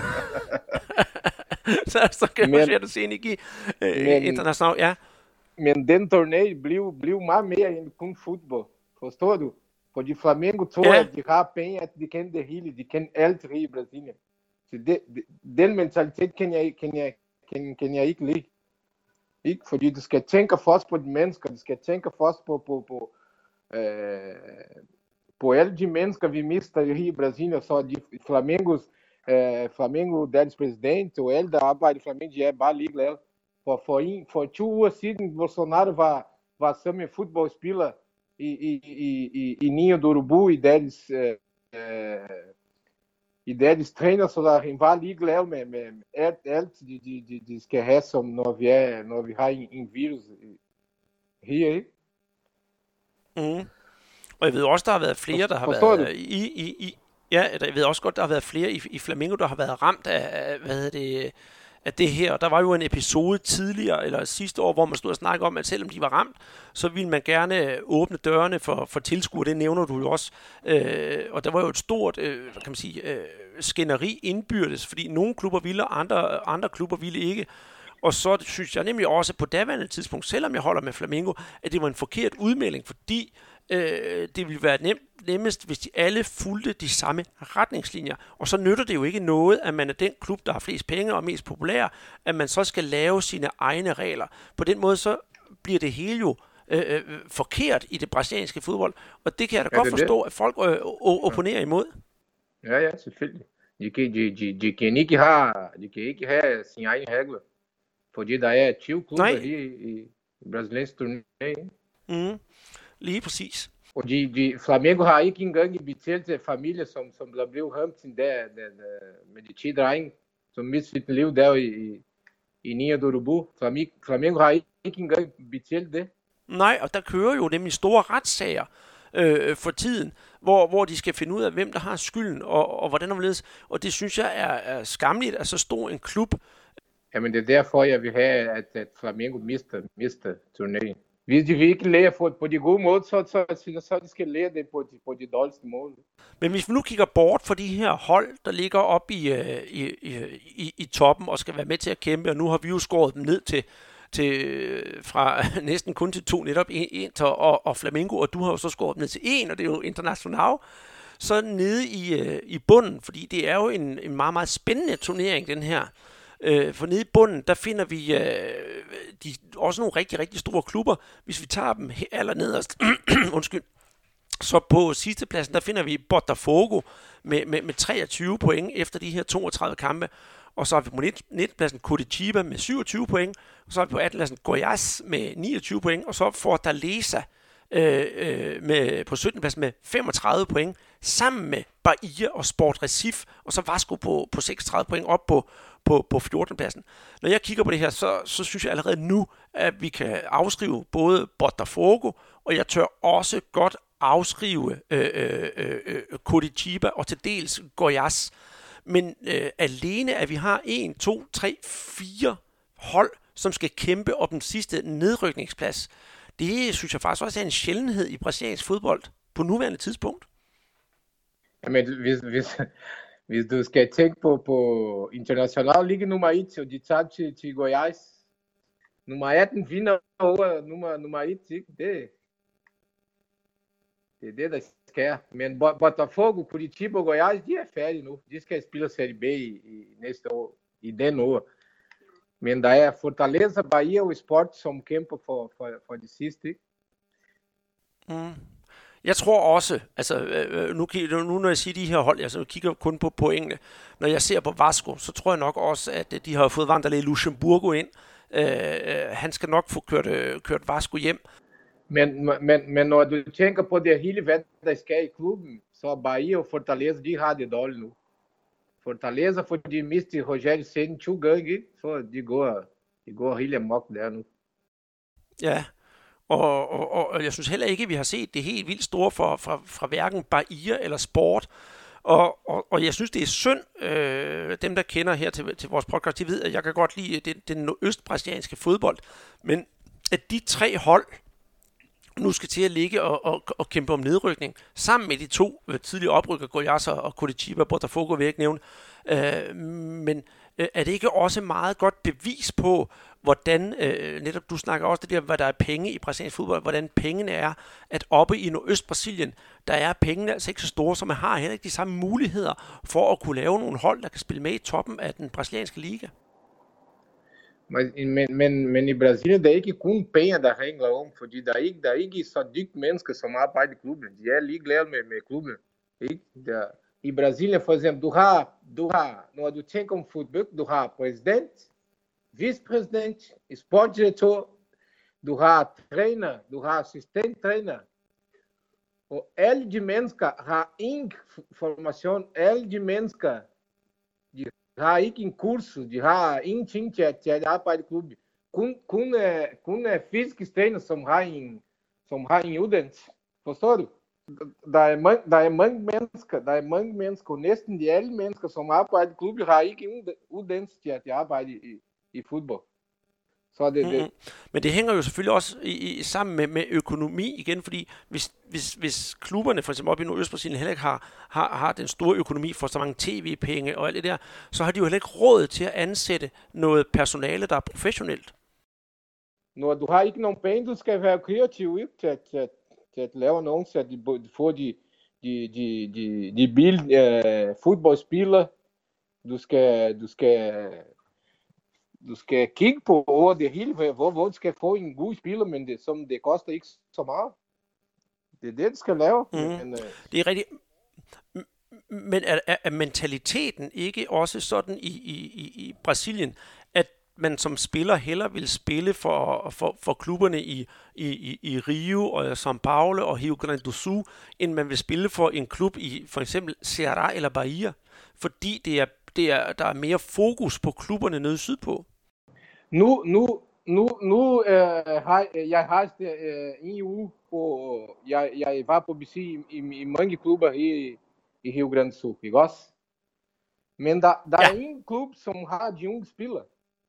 så, så kan José Luceni give øh, internationalt, ja. Men den turné blev, blev meget mere end kun fodbold. Forstår du? Fordi Flamengo tror, ja. at de har penge, at de kan det hele. De kan alt i Brasilien. Så det, det, den mentalitet kan jeg, kan, jeg, kan, kan jeg ikke lide. Ikke? Fordi du skal tænke først på de mennesker. Du skal tænke først på, på, på, øh, på alle de mennesker, vi mister i Brasilien. Så de Flamengos, øh, Flamengo, deres præsident og alle, der arbejder i Flamengo, de er bare ligeglade. For, for, en, for to uger siden, Bolsonaro var, var som en fodboldspiller i, i, i, i, i Ninho do Urubu, i deres, øh, i deres træner, så der han var ligeglad med, med alt, alt de, de, de, de skal have, som når vi, er, når vi har en, en virus her, ikke? Mm. Og jeg ved også, der har været flere, der har Forstår været i, i, i, ja, jeg ved også godt, der har været flere i, i Flamengo, der har været ramt af, hvad hedder det, af det her. Der var jo en episode tidligere, eller sidste år, hvor man stod og snakkede om, at selvom de var ramt, så ville man gerne åbne dørene for, for tilskuere. Det nævner du jo også. Øh, og der var jo et stort, øh, hvad kan man sige, øh, skænderi indbyrdes, fordi nogle klubber ville, og andre, andre klubber ville ikke. Og så synes jeg nemlig også på daværende tidspunkt, selvom jeg holder med Flamengo, at det var en forkert udmelding, fordi øh, det ville være nem, nemmest, hvis de alle fulgte de samme retningslinjer. Og så nytter det jo ikke noget, at man er den klub, der har flest penge og mest populær, at man så skal lave sine egne regler. På den måde så bliver det hele jo øh, øh, forkert i det brasilianske fodbold, og det kan jeg da ja, godt forstå, det. At folk øh, opponerer imod. Ja, ja, selvfølgelig. De kan, de, de, de kan ikke have, de kan ikke have sine egne regler. Fordi der er tyve klubber i, i brasiliansk turné. Mm, lige præcis. Og de, de, Flamengo har ikke engang betalt til familier, som, som der blev ramt der, der, der, med de ti drenge, som mistede sit liv der i, i Ninho do Urubu. Flamengo har ikke, ikke engang betalt det. Nej, og der kører jo nemlig store retssager øh, for tiden, hvor, hvor de skal finde ud af, hvem der har skylden, og, og hvordan overledes. Og det synes jeg er, er skamligt, at så stor en klub. Jamen det er derfor, jeg vil have, at, at Flamengo mister, mister turnéen. Hvis de ikke lærer på, på de gode måder, så, så, så, så de skal lære det på de, på de dårligste måder. Men hvis vi nu kigger bort fra de her hold, der ligger oppe i, i, i, i toppen og skal være med til at kæmpe, og nu har vi jo skåret dem ned til, til fra næsten kun til to, netop Inter og, og Flamengo, og du har jo så skåret dem ned til en, og det er jo Internacional. Så nede i, i bunden, fordi det er jo en, en meget, meget spændende turnering, den her. Øh, for nede i bunden, der finder vi øh, de, også nogle rigtig, rigtig store klubber. Hvis vi tager dem allernederst, undskyld, så på sidste pladsen, der finder vi Botafogo med, med, med treogtyve point efter de her toogtredive kampe. Og så har vi på nittende pladsen Curitiba med syvogtyve point. Og så har vi på attende pladsen Goiás med niogtyve point. Og så Fortaleza øh, øh, med, på syttende pladsen med femogtredive point. Sammen med Bahia og Sport Recife. Og så Vasco på, på seksogtredive point op på På, på fjortende pladsen. Når jeg kigger på det her, så, så synes jeg allerede nu, at vi kan afskrive både Botafogo, og jeg tør også godt afskrive øh, øh, øh, Curitiba og til dels Goiás. Men øh, alene, at vi har en, to, tre, fire hold, som skal kæmpe om den sidste nedrykningsplads, det synes jeg faktisk også er en sjældenhed i brasiliansk fodbold på nuværende tidspunkt. Jamen, hvis... hvis Hvis du skal tænke på, på Internacional, ligger nummer et, og de tager til, til Goiás. Nummer atten vinder over nummer, nummer et, ikke? Det, det er det, der sker. Men Botafogo, Curitiba og Goiás, de er færdige nu. De skal spille Série B i, i næste år, i den år. Men der er Fortaleza, Bahia og Sport, som kæmper for, for, for det sidste, ikke? Mm. Jeg tror også, altså øh, nu, nu når jeg siger de her hold, jeg altså, kigger kun på pointene, når jeg ser på Vasco, så tror jeg nok også, at de har fået Wanderlei Luxemburgo ind. Øh, han skal nok få kørt, kørt Vasco hjem. Men, men, men når du tænker på det hele, hvad der skal i klubben, så Bahia og Fortaleza, de har det dårligt nu. Fortaleza, fordi de mistede Rogério Ceni to gange, så de går, de går helt amok der nu. Ja, og, og, og jeg synes heller ikke, at vi har set det helt vildt store fra, fra, fra hverken Bahia eller Sport. Og, og, og jeg synes, det er synd, øh, dem der kender her til, til vores podcast, de ved, at jeg kan godt lide den, den østbrasilianske fodbold, men at de tre hold nu skal til at ligge og, og, og kæmpe om nedrykning, sammen med de to øh, tidligere oprykker, Goiás og Curitiba, Botafogo vil jeg ikke nævne, øh, men øh, er det ikke også meget godt bevis på, hvordan, øh, netop du snakker også det der, hvad der er penge i brasiliansk fodbold, hvordan pengene er, at oppe i Nordøst-Brasilien, der er pengene altså ikke så store, så man har heller ikke de samme muligheder for at kunne lave nogle hold, der kan spille med i toppen af den brasilianske liga. Men, men, men, men i Brasilien, der er ikke kun penge, der handler om, fordi der er ikke, der er ikke så dygtige mennesker, som arbejder i klubben. De er ligeglade med, med klubben. Ikke? Der, I Brasilien, for eksempel, du har, du har, når du tænker om fodbold, du har præsident, vicepræsident, sportsdirektør, du har træner, du har assistenttræner, og alle de mennesker har ingen formation, alle de mennesker, de har ikke en kursus, de har ingenting til at, til at arbejde i klubben. Kun, kun, kun er fysisk træner, som har en, som har en uddannelse. Forstår du? Der er, mange, der er mange mennesker, der er mange mennesker, næsten de alle mennesker, som arbejder i klubben, har ikke en uddannelse til at arbejde i, i fodbold. Så det, mm-hmm. det. Men det hænger jo selvfølgelig også i, i, sammen med, med økonomi igen, fordi hvis, hvis, hvis klubberne for eksempel oppe i Nordøstbrasilien heller ikke har, har, har den store økonomi for så mange tv-penge og alt det der, så har de jo heller ikke råd til at ansætte noget personale, der er professionelt. Når du har ikke nogen penge, du skal være kreativ, ikke? Til, at, til, at, til at lave nogen, så de får de, de, de, de, de billige uh, fodboldspillere. Du skal, du skal Du skal kigge på over det hele, hvor, hvor du skal få en god spiller, men det, som det koster ikke så meget. Det er det, du skal lave. Mm. Men, uh... Det er rigtigt. Men er, er, er mentaliteten ikke også sådan i, i, i Brasilien, at man som spiller hellere vil spille for, for, for klubberne i, i, i Rio og São Paulo og Rio Grande do Sul, end man vil spille for en klub i for eksempel Ceará eller Bahia, fordi det er, det er, der er mere fokus på klubberne nede sydpå? Nu, nu, nu, nu øh, har jeg har øh, en uge, hvor jeg, jeg var på besøg i, i, i mange klubber i, i Rio Grande do Sul, ikke også? Men der, der ja. er en klub, som har de unge spillere.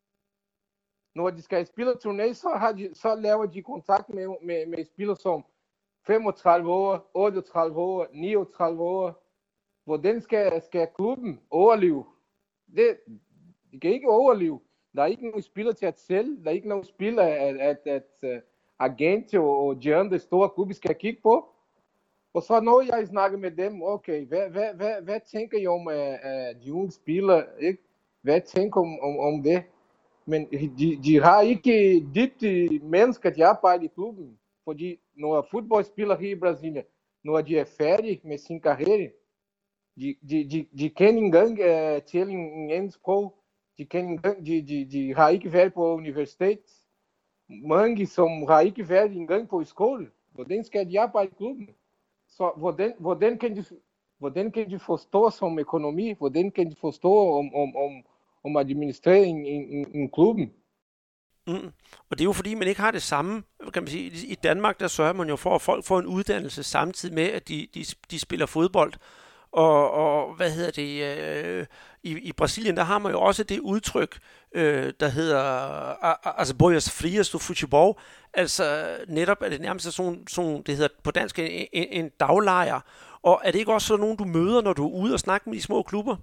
Når de skal spille turné, så, har de, så laver de kontakt med, med, med spillere som femogtredive år, otteogtredive år, niogtredive år. Hvordan skal, skal klubben overleve? Det, de kan ikke overleve. Der er ikke nogen spiller til at sælge. Der er ikke nogen spiller, at, at, at, at agenter og de andre store klubber skal kigge på. Og så når jeg snakker med dem, okay, hvad, hvad, hvad, hvad tænker I om uh, de unge spillere? Ikke? Hvad tænker I om, om, om det? Men de, de har ikke dygtige mennesker, de arbejder i klubben. Fordi når fodboldspillere her i Brasilien, når de er færdige med sin karriere, de, de, de, de kan ikke engang uh, tale en engelsk sprog. De, kan, de, de, de har ikke været på universitet. Mange, som har ikke været engang på skole. Hvordan skal de arbejde i klubben? Så hvordan, hvordan, kan de, hvordan kan de forstå som økonomi? Hvordan kan de forstå om, om, om, om administrering i, i, i klubben? Mm. Og det er jo fordi, man ikke har det samme, kan man sige. I Danmark, der sørger man jo for, at folk får en uddannelse samtidig med, at de, de, de spiller fodbold. Og, og hvad hedder det, øh, i, i Brasilien, der har man jo også det udtryk, øh, der hedder, altså boias frias do futebol, altså netop er det nærmest sådan, sådan, det hedder på dansk en, en, en daglejr. Og er det ikke også sådan nogen, du møder, når du er ude og snakker med de små klubber?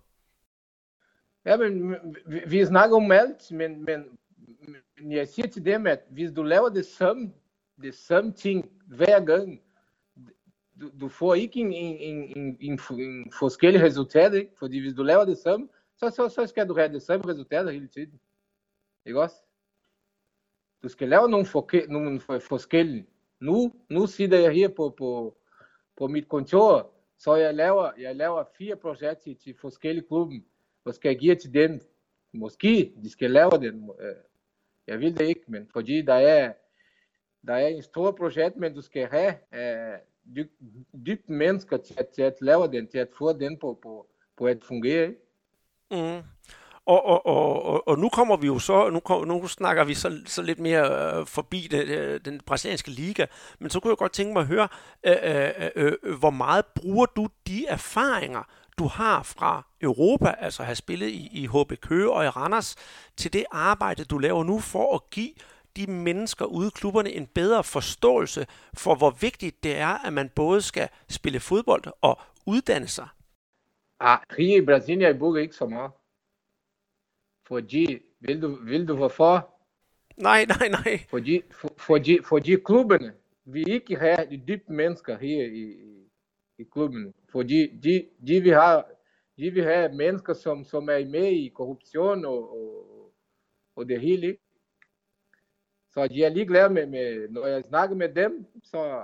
Ja, men vi, vi snakker om alt, men, men, men jeg siger til dem, at hvis du laver det samme, det samme ting hver gang, Du, du får ikke en, en, en, en, en forskellig resultat, ikke? Fordi hvis du laver det samme, så, så, så skal du have det samme resultater hele tiden. Ikke også? Du skal lave nogle, forke, nogle forskellige. Nu, nu sidder jeg her på, på, på mit kontor, så jeg laver, jeg laver fire projekter til forskellige klubber. Hvad skal jeg give til dem? Måske de skal lave den. Jeg vil det ikke, men fordi der er der er en stor projekt, men du skal have uh, dybt dyb mennesker til at, til at lave den, til at få den på, på, på at fungere. Mm. Og, og, og, og nu kommer vi jo så, nu, kom, nu snakker vi så, så lidt mere øh, forbi det, den brasilianske liga, men så kunne jeg godt tænke mig at høre, øh, øh, øh, hvor meget bruger du de erfaringer, du har fra Europa, altså have spillet i, i H B Køge og i Randers, til det arbejde, du laver nu for at give de mennesker ude i klubberne en bedre forståelse for, hvor vigtigt det er, at man både skal spille fodbold og uddanne sig? Ah, her i Brasilien jeg bruger ikke så meget. Fordi, vil du, vil du hvorfor? Nej, nej, nej. Fordi, for, fordi, fordi klubberne, vi ikke har de dybe mennesker her i, i, i klubben. Fordi de, de, vil have, de vil have mennesker, som, som er med i korruption og, og, og det hele. Så de er ligeglade med, med, når jeg snakker med dem, så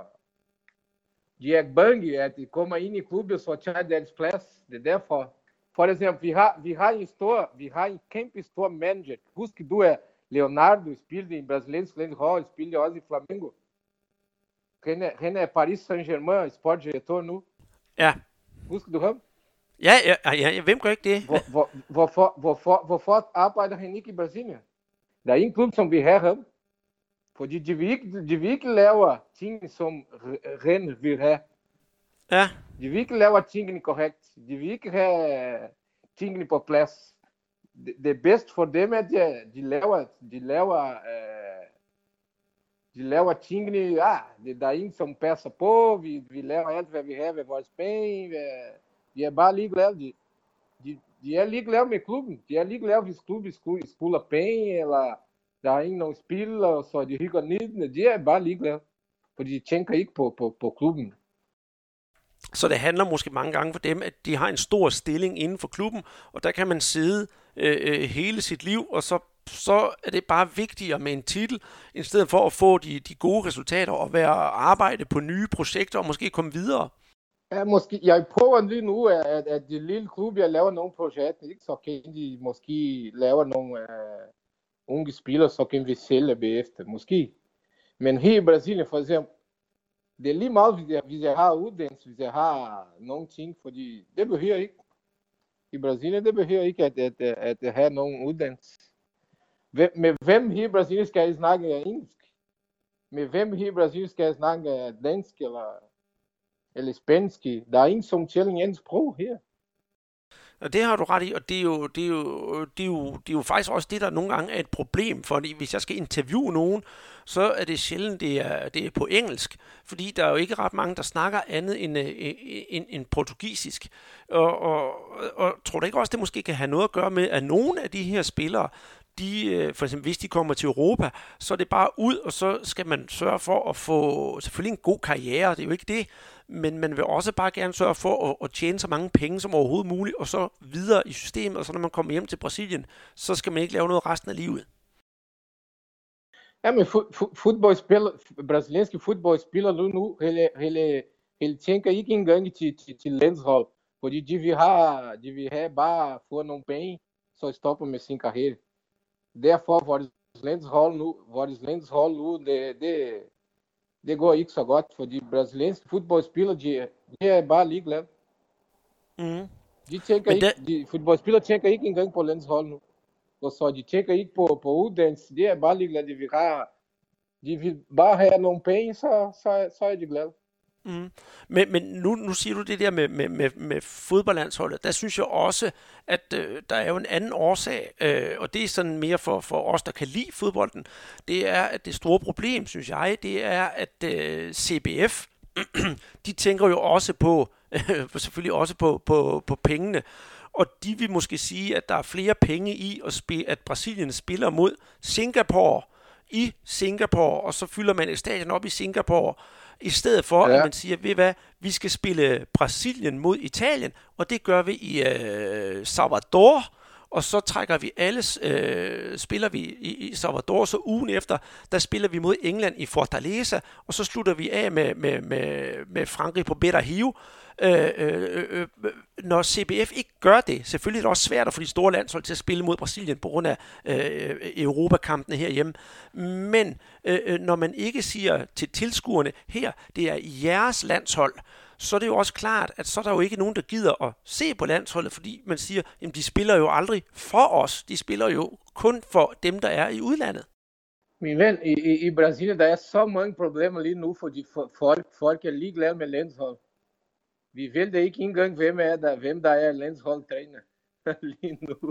de er bange, at de kommer ind i klubben, så tager deres plads. Det er derfor. For eksempel, vi har, vi har en stor, vi har en kæmpe stor manager. Husk du er Leonardo, spillede i brasiliansk landshold, spillede også i Flamengo. Han er, han er Paris Saint-Germain sportsdirektør nu. Ja. Husk du ham? Ja, ja, ja, ja, hvem gør ikke det? Hvor, hvor, hvorfor, hvorfor, hvorfor arbejder han ikke i Brasilien? Der er en klub, som vi har ham. Fordi de vil ikke, de vil ikke lave ting, som Ren vil have. Ja. De vil ikke lave tingene korrekt. De vil ikke have tingene på plads. Det, det bedste for dem er, at de, de laver, de laver, uh, de laver tingene, ah, det, der er ingen, som passer på, vi, vi laver alt, hvad vi har ved vores penge. De er bare ligeglade. De, de, de er ligeglade med klubben. De er ligeglade, hvis klubben skulle penge, eller der er ingen nogen spillere, så de hygger ned. De er bare ligeglade, for de tænker ikke på, på, på klubben. Så det handler måske mange gange for dem, at de har en stor stilling inden for klubben, og der kan man sidde øh, hele sit liv, og så, så er det bare vigtigere med en titel, i stedet for at få de, de gode resultater og være arbejde på nye projekter og måske komme videre. Ja, måske. Jeg prøver lige nu, at, at de lille klub, jeg laver nogle projekter, ikke? Så kan de måske lave nogle uh, unge spillere, så kan vi sælge bagefter, måske. Men her i Brasilien for eksempel, det er lige meget, hvis jeg, hvis jeg har uddannelse, hvis jeg har nogle ting, fordi det behøver ikke. I Brasilien, det behøver ikke at, at, at, at have nogen uddannelse. Hvem, med hvem her i Brasilien skal jeg snakke engelsk? Med hvem her i Brasilien skal jeg snakke dansk eller, eller spansk? Der er ingen, som tæller en engelsk sprog her. Og det har du ret i, og det er, jo, det, er jo, det, er jo, det er jo faktisk også det, der nogle gange er et problem, fordi hvis jeg skal interviewe nogen, så er det sjældent, det er, det er på engelsk, fordi der er jo ikke ret mange, der snakker andet end, end, end portugisisk. Og, og, og tror du ikke også, det måske kan have noget at gøre med, at nogle af de her spillere, de, for eksempel hvis de kommer til Europa, så er det bare ud, og så skal man sørge for at få selvfølgelig en god karriere, det er jo ikke det, men man vil også bare gerne sørge for at, at tjene så mange penge som overhovedet muligt, og så videre i systemet, og så når man kommer hjem til Brasilien, så skal man ikke lave noget resten af livet. Ja, men fodboldspiller, brasilianske fodboldspillere nu, nu hele, hele, hele tænker ikke engang til, til, til landshold, fordi de vil have, de vil have bare få nogle penge, så stopper med sin karriere. Derfor vores landshold nu, vores landshold nu, det, det, det går ikke så godt, fordi brasilianske fodboldspillere, de, de er bare ligeglade. Mm. De tænker det... ikke, de fodboldspillere tænker ikke engang på landshold nu. Og så de tænker ikke på, på uddannelse, de er bare ligeglade, de vil, have, de vil bare have nogle penge, så, så, så er de glade. Mm. Men, men nu, nu siger du det der med, med, med, med fodboldlandsholdet. Der synes jeg også, at øh, der er jo en anden årsag, øh, og det er sådan mere for, for os, der kan lide fodbolden. Det er, at det store problem, synes jeg, det er, at øh, C B F, de tænker jo også på, øh, selvfølgelig også på, på, på pengene. Og de vil måske sige, at der er flere penge i, at, spille, at Brasilien spiller mod Singapore i Singapore, og så fylder man et stadion op i Singapore, i stedet for, ja. At man siger, ved hvad, vi skal spille Brasilien mod Italien, og det gør vi i øh, Salvador, og så trækker vi alle, øh, spiller vi i, i Salvador, så ugen efter, der spiller vi mod England i Fortaleza, og så slutter vi af med, med, med, med Frankrig på Beira-Rio. Øh, øh, øh, når C B F ikke gør det, selvfølgelig er det også svært at få de store landshold til at spille mod Brasilien på grund af øh, Europakampene herhjemme, men øh, når man ikke siger til tilskuerne, her, det er jeres landshold, så er det jo også klart, at så er der jo ikke nogen, der gider at se på landsholdet, fordi man siger, jamen de spiller jo aldrig for os, de spiller jo kun for dem, der er i udlandet. Min ven, i, i, i Brasilien, der er så mange problemer lige nu, fordi folk, folk er ligeglade med landshold. Vi ved det ikke engang, hvem er der, hvem der er landsholdtræner lige nu.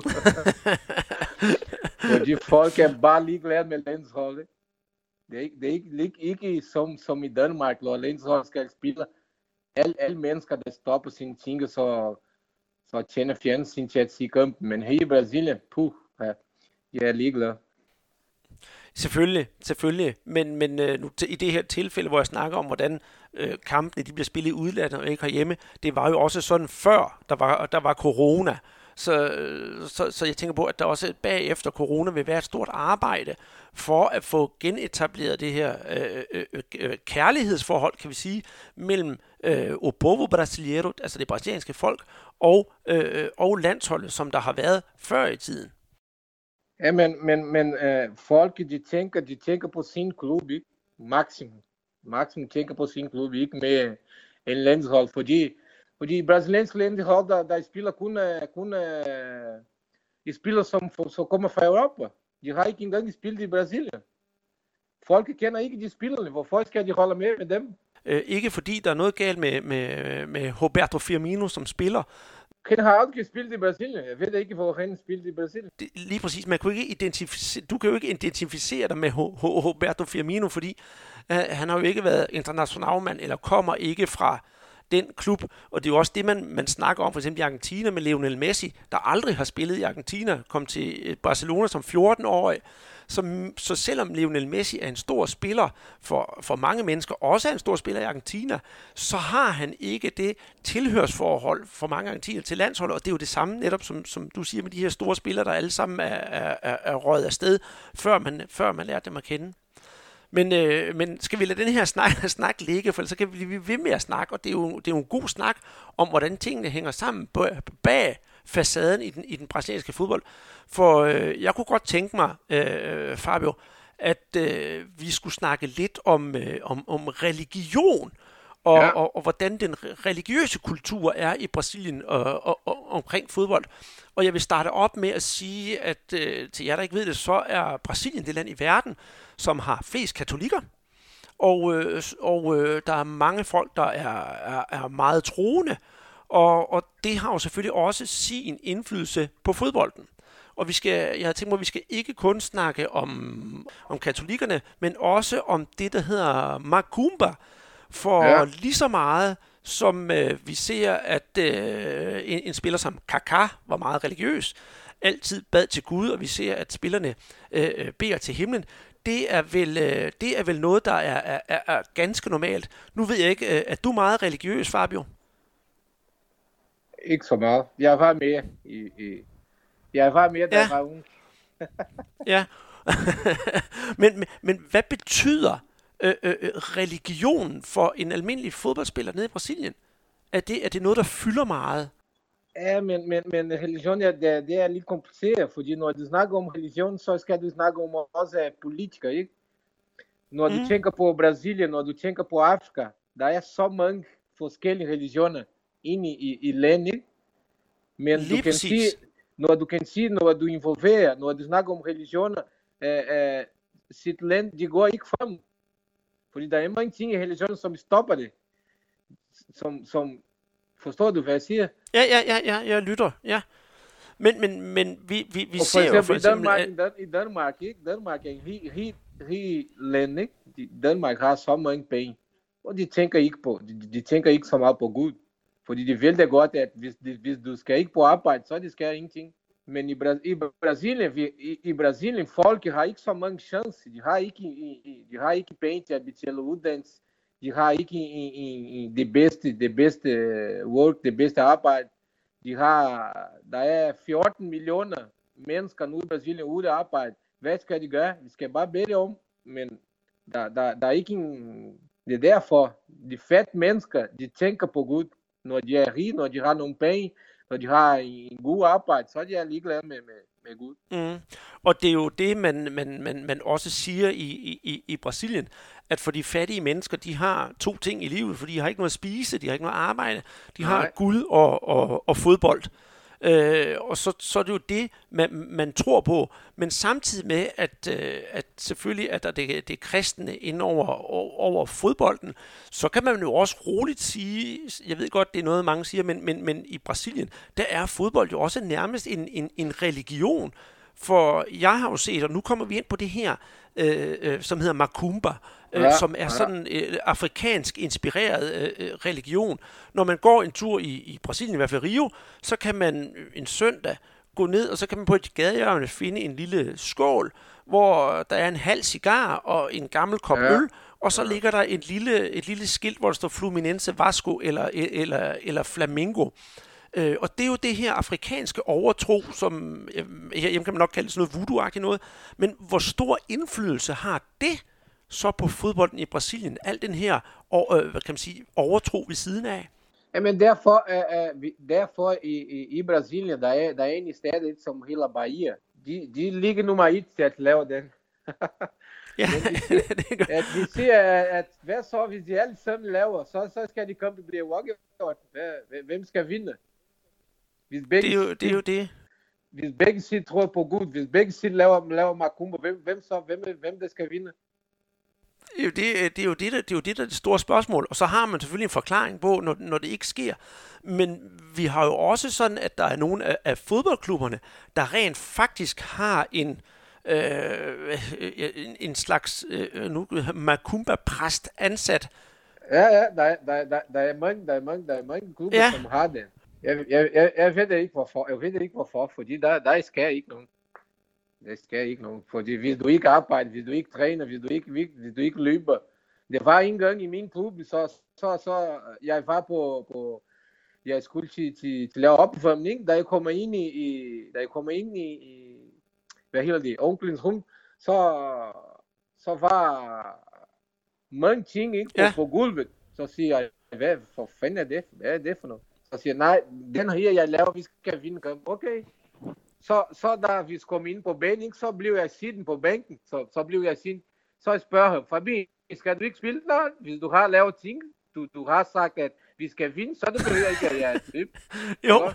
Fordi folk er bare ligeglade med landsholdet. Det er ikke, det er ikke, ikke, ikke som, som i Danmark, hvor landshold skal spille. Alle, alle mennesker, der stopper sine ting, så, så tjener fjernsyn til at se kampen. Men her i Brasilien, puh, ja, jeg er ligeglad. Selvfølgelig, selvfølgelig. Men, men øh, nu, i det her tilfælde, hvor jeg snakker om, hvordan øh, kampene de bliver spillet i udlandet og ikke herhjemme, det var jo også sådan før, der var, der var corona. Så, så, så jeg tænker på, at der også bagefter corona vil være et stort arbejde for at få genetableret det her øh, øh, øh, kærlighedsforhold, kan vi sige, mellem øh, o povo brasileiro, altså det brasilianske folk, og, øh, og landsholdet, som der har været før i tiden. Ja, men, men, men øh, folk, de tænker, de tænker på sin klub, ikke? Maximum. Maximum tænker på sin klub, ikke med en landshold, fordi Fordi brasilianske landshold, der, der spiller kun, kun de spiller som, som kommer fra Europa. De har ikke engang spillet i Brasilien. Folk kender ikke de spillerne. Hvorfor skal de holde med med dem? Øh, ikke fordi der er noget galt med, med, med Roberto Firmino som spiller. Han har aldrig spillet i Brasilien. Jeg ved ikke, hvor han spillede i Brasilien. Det, lige præcis. Man kunne ikke identificere, du kan jo ikke identificere dig med Roberto Firmino, fordi øh, han har jo ikke været internationalmand, eller kommer ikke fra den klub, og det er jo også det, man, man snakker om, for eksempel i Argentina med Lionel Messi, der aldrig har spillet i Argentina, kom til Barcelona som fjorten-årig. Så, så selvom Lionel Messi er en stor spiller for, for mange mennesker, også er en stor spiller i Argentina, så har han ikke det tilhørsforhold for mange argentiner til landsholdet, og det er jo det samme netop, som, som du siger med de her store spillere, der alle sammen er, er, er, er røget afsted, før man, før man lærte dem at kende. Men, øh, men skal vi lade den her snak, snak ligge, for så kan vi blive ved med at snakke, og det er, jo, det er jo en god snak om, hvordan tingene hænger sammen på, bag facaden i den, i den brasilianske fodbold. For øh, jeg kunne godt tænke mig, øh, Fabio, at øh, vi skulle snakke lidt om, øh, om, om religion, og, ja. og, og, og hvordan den religiøse kultur er i Brasilien og, og, og omkring fodbold. Og jeg vil starte op med at sige, at øh, til jer, der ikke ved det, så er Brasilien det land i verden, som har flest katolikker. Og, øh, og øh, der er mange folk, der er, er, er meget troende. Og, og det har jo selvfølgelig også sin indflydelse på fodbolden. Og vi skal, jeg har tænkt mig, at vi skal ikke kun snakke om, om katolikkerne, men også om det, der hedder Macumba. For ja. lige så meget, som øh, vi ser, at øh, en, en spiller som Kaká var meget religiøs, altid bad til Gud, og vi ser, at spillerne øh, beder til himlen. Det er vel, øh, det er vel noget, der er, er, er ganske normalt. Nu ved jeg ikke, øh, er du meget religiøs, Fabio? Ikke så meget. Jeg var med i... i jeg var med, da ja. jeg var ung. ja. men, men, men hvad betyder øh, øh, religion for en almindelig fodboldspiller nede i Brasilien? Er det, er det noget, der fylder meget? Ja, men, men, men religion er, det, det er lidt kompliceret, fordi når du snakker om religion, så skal du snakke om også politikere, ikke? Når mm. du tænker på Brasilien, når du tænker på Afrika, der er så mange forskellige religioner inde i, i landet, ikke? Men lige du kan præcis. sige, når du kan sige, når du involverer, når du snakker om religioner, øh, øh, sit land, de går ikke frem. Fordi der er mange ting i religionen, som stopper det. Som, som, forstår du, hvad jeg siger? Ja, ja, ja, ja, jeg lytter, ja. Men, men, men vi, vi, vi og ser eksempel, jo for eksempel... Danmark, at... I Danmark, ikke? Danmark er en helt, helt, helt land, ikke? Danmark har så mange penge, og de tænker ikke på, de, de tænker ikke så meget på Gud. Fordi de ved det godt, at hvis, hvis du skal ikke på arbejde, så de skal ingenting. Men i, Bra- i Brasilien, i, i Brasilien, folk har ikke så mange chancer. De har ikke, i, de har ikke penge til at betale uddannelse. De har ikke i, i, i det bedste, det bedste work, det bedste arbejde. De har, der er fjorten millioner mennesker nu i Brasilien ude at arbejde. Hvad skal de gøre? Vi skal bare bede om, men der, der, der er ikke en... Det er derfor, de fat mennesker, de tænker på Gud. Når de er rige, når de har nogle penge, når de har en god arbejde, så er de ligeglade med, med, med Gud. Mm. Og det er jo det, man, man, man, man også siger i, i, i Brasilien, at for de fattige mennesker, de har to ting i livet, for de har ikke noget at spise, de har ikke noget arbejde, de har Nej. Gud og, og, og fodbold. Øh, og så, så er det jo det, man, man tror på, men samtidig med, at, øh, at selvfølgelig at der det, det kristne ind over, over fodbolden, så kan man jo også roligt sige, jeg ved godt, det er noget, mange siger, men, men, men i Brasilien, der er fodbold jo også nærmest en, en, en religion, for jeg har jo set, og nu kommer vi ind på det her, øh, øh, som hedder Macumba, øh, ja, som er ja. sådan øh, afrikansk inspireret øh, religion. Når man går en tur i, i Brasilien, i hvert fald Rio, så kan man en søndag gå ned, og så kan man på et gadehjørne finde en lille skål, hvor der er en halv cigar og en gammel kop ja. øl, og så ja. ligger der et lille, et lille skilt, hvor der står Fluminense Vasco eller, eller, eller Flamengo. Øh, og det er jo det her afrikanske overtro, som øh, hjemme kan man nok kalde det sådan noget voodoo-agtigt noget, men hvor stor indflydelse har det så på fodbolden i Brasilien, al den her og, øh, hvad kan man sige, overtro ved siden af? Jamen derfor, øh, øh, derfor i, i, i Brasilien, der er, der er en i stedet som hele Bahia, de, de ligger nummer et til at lave den. Ja, de, det gør. At de siger, at hvad så, hvis de alle sammen laver, så, så skal de komme til at blive walkout. Hvem skal vinde? Hvis begge, det, er jo, det er jo det. Hvis begge sider tror på Gud, hvis begge sider laver, laver Macumba, hvem, hvem så, hvem, hvem der skal vinde? Det er, jo det, det, er jo det, der, det er jo det, der er det store spørgsmål. Og så har man selvfølgelig en forklaring på, når, når det ikke sker. Men vi har jo også sådan, at der er nogle af, af fodboldklubberne, der rent faktisk har en, øh, en, en slags øh, nu, Macumba-præst ansat. Ja, ja, der, der, der, der, er mange, der, er mange, der er mange klubber, ja. som har det. Jeg, jeg, jeg, jeg ved ikke hvorfor, jeg ved ikke hvorfor, fordi der, der sker ikke nogen. Der sker ikke nogen, fordi hvis du ikke arbejder, hvis du ikke træner, hvis du ikke, hvis du ikke løber. Det var en gang i min klub, så, så, så jeg var på, på jeg skulle til, til, til lave opvarmning, da jeg kommer ind i, i da jeg kommer ind i, i hvad hedder det, onkelens rum, så, så var mange ting ikke på, ja. på gulvet. Så siger jeg, hvad for fanden er det? Hvad er det for noget? Så siger jeg, nej, den her jeg laver, vi skal vinde kamp. Okay. Så, så da vi kom ind på banen, så blev jeg siddende på bænken. Så, så blev jeg siddende. Så jeg spørger ham, Fabi, skal du ikke spille? Nej, hvis du har lavet ting, du, du har sagt, at vi skal vinde, så det behøver ikke, at jeg spille. Jo.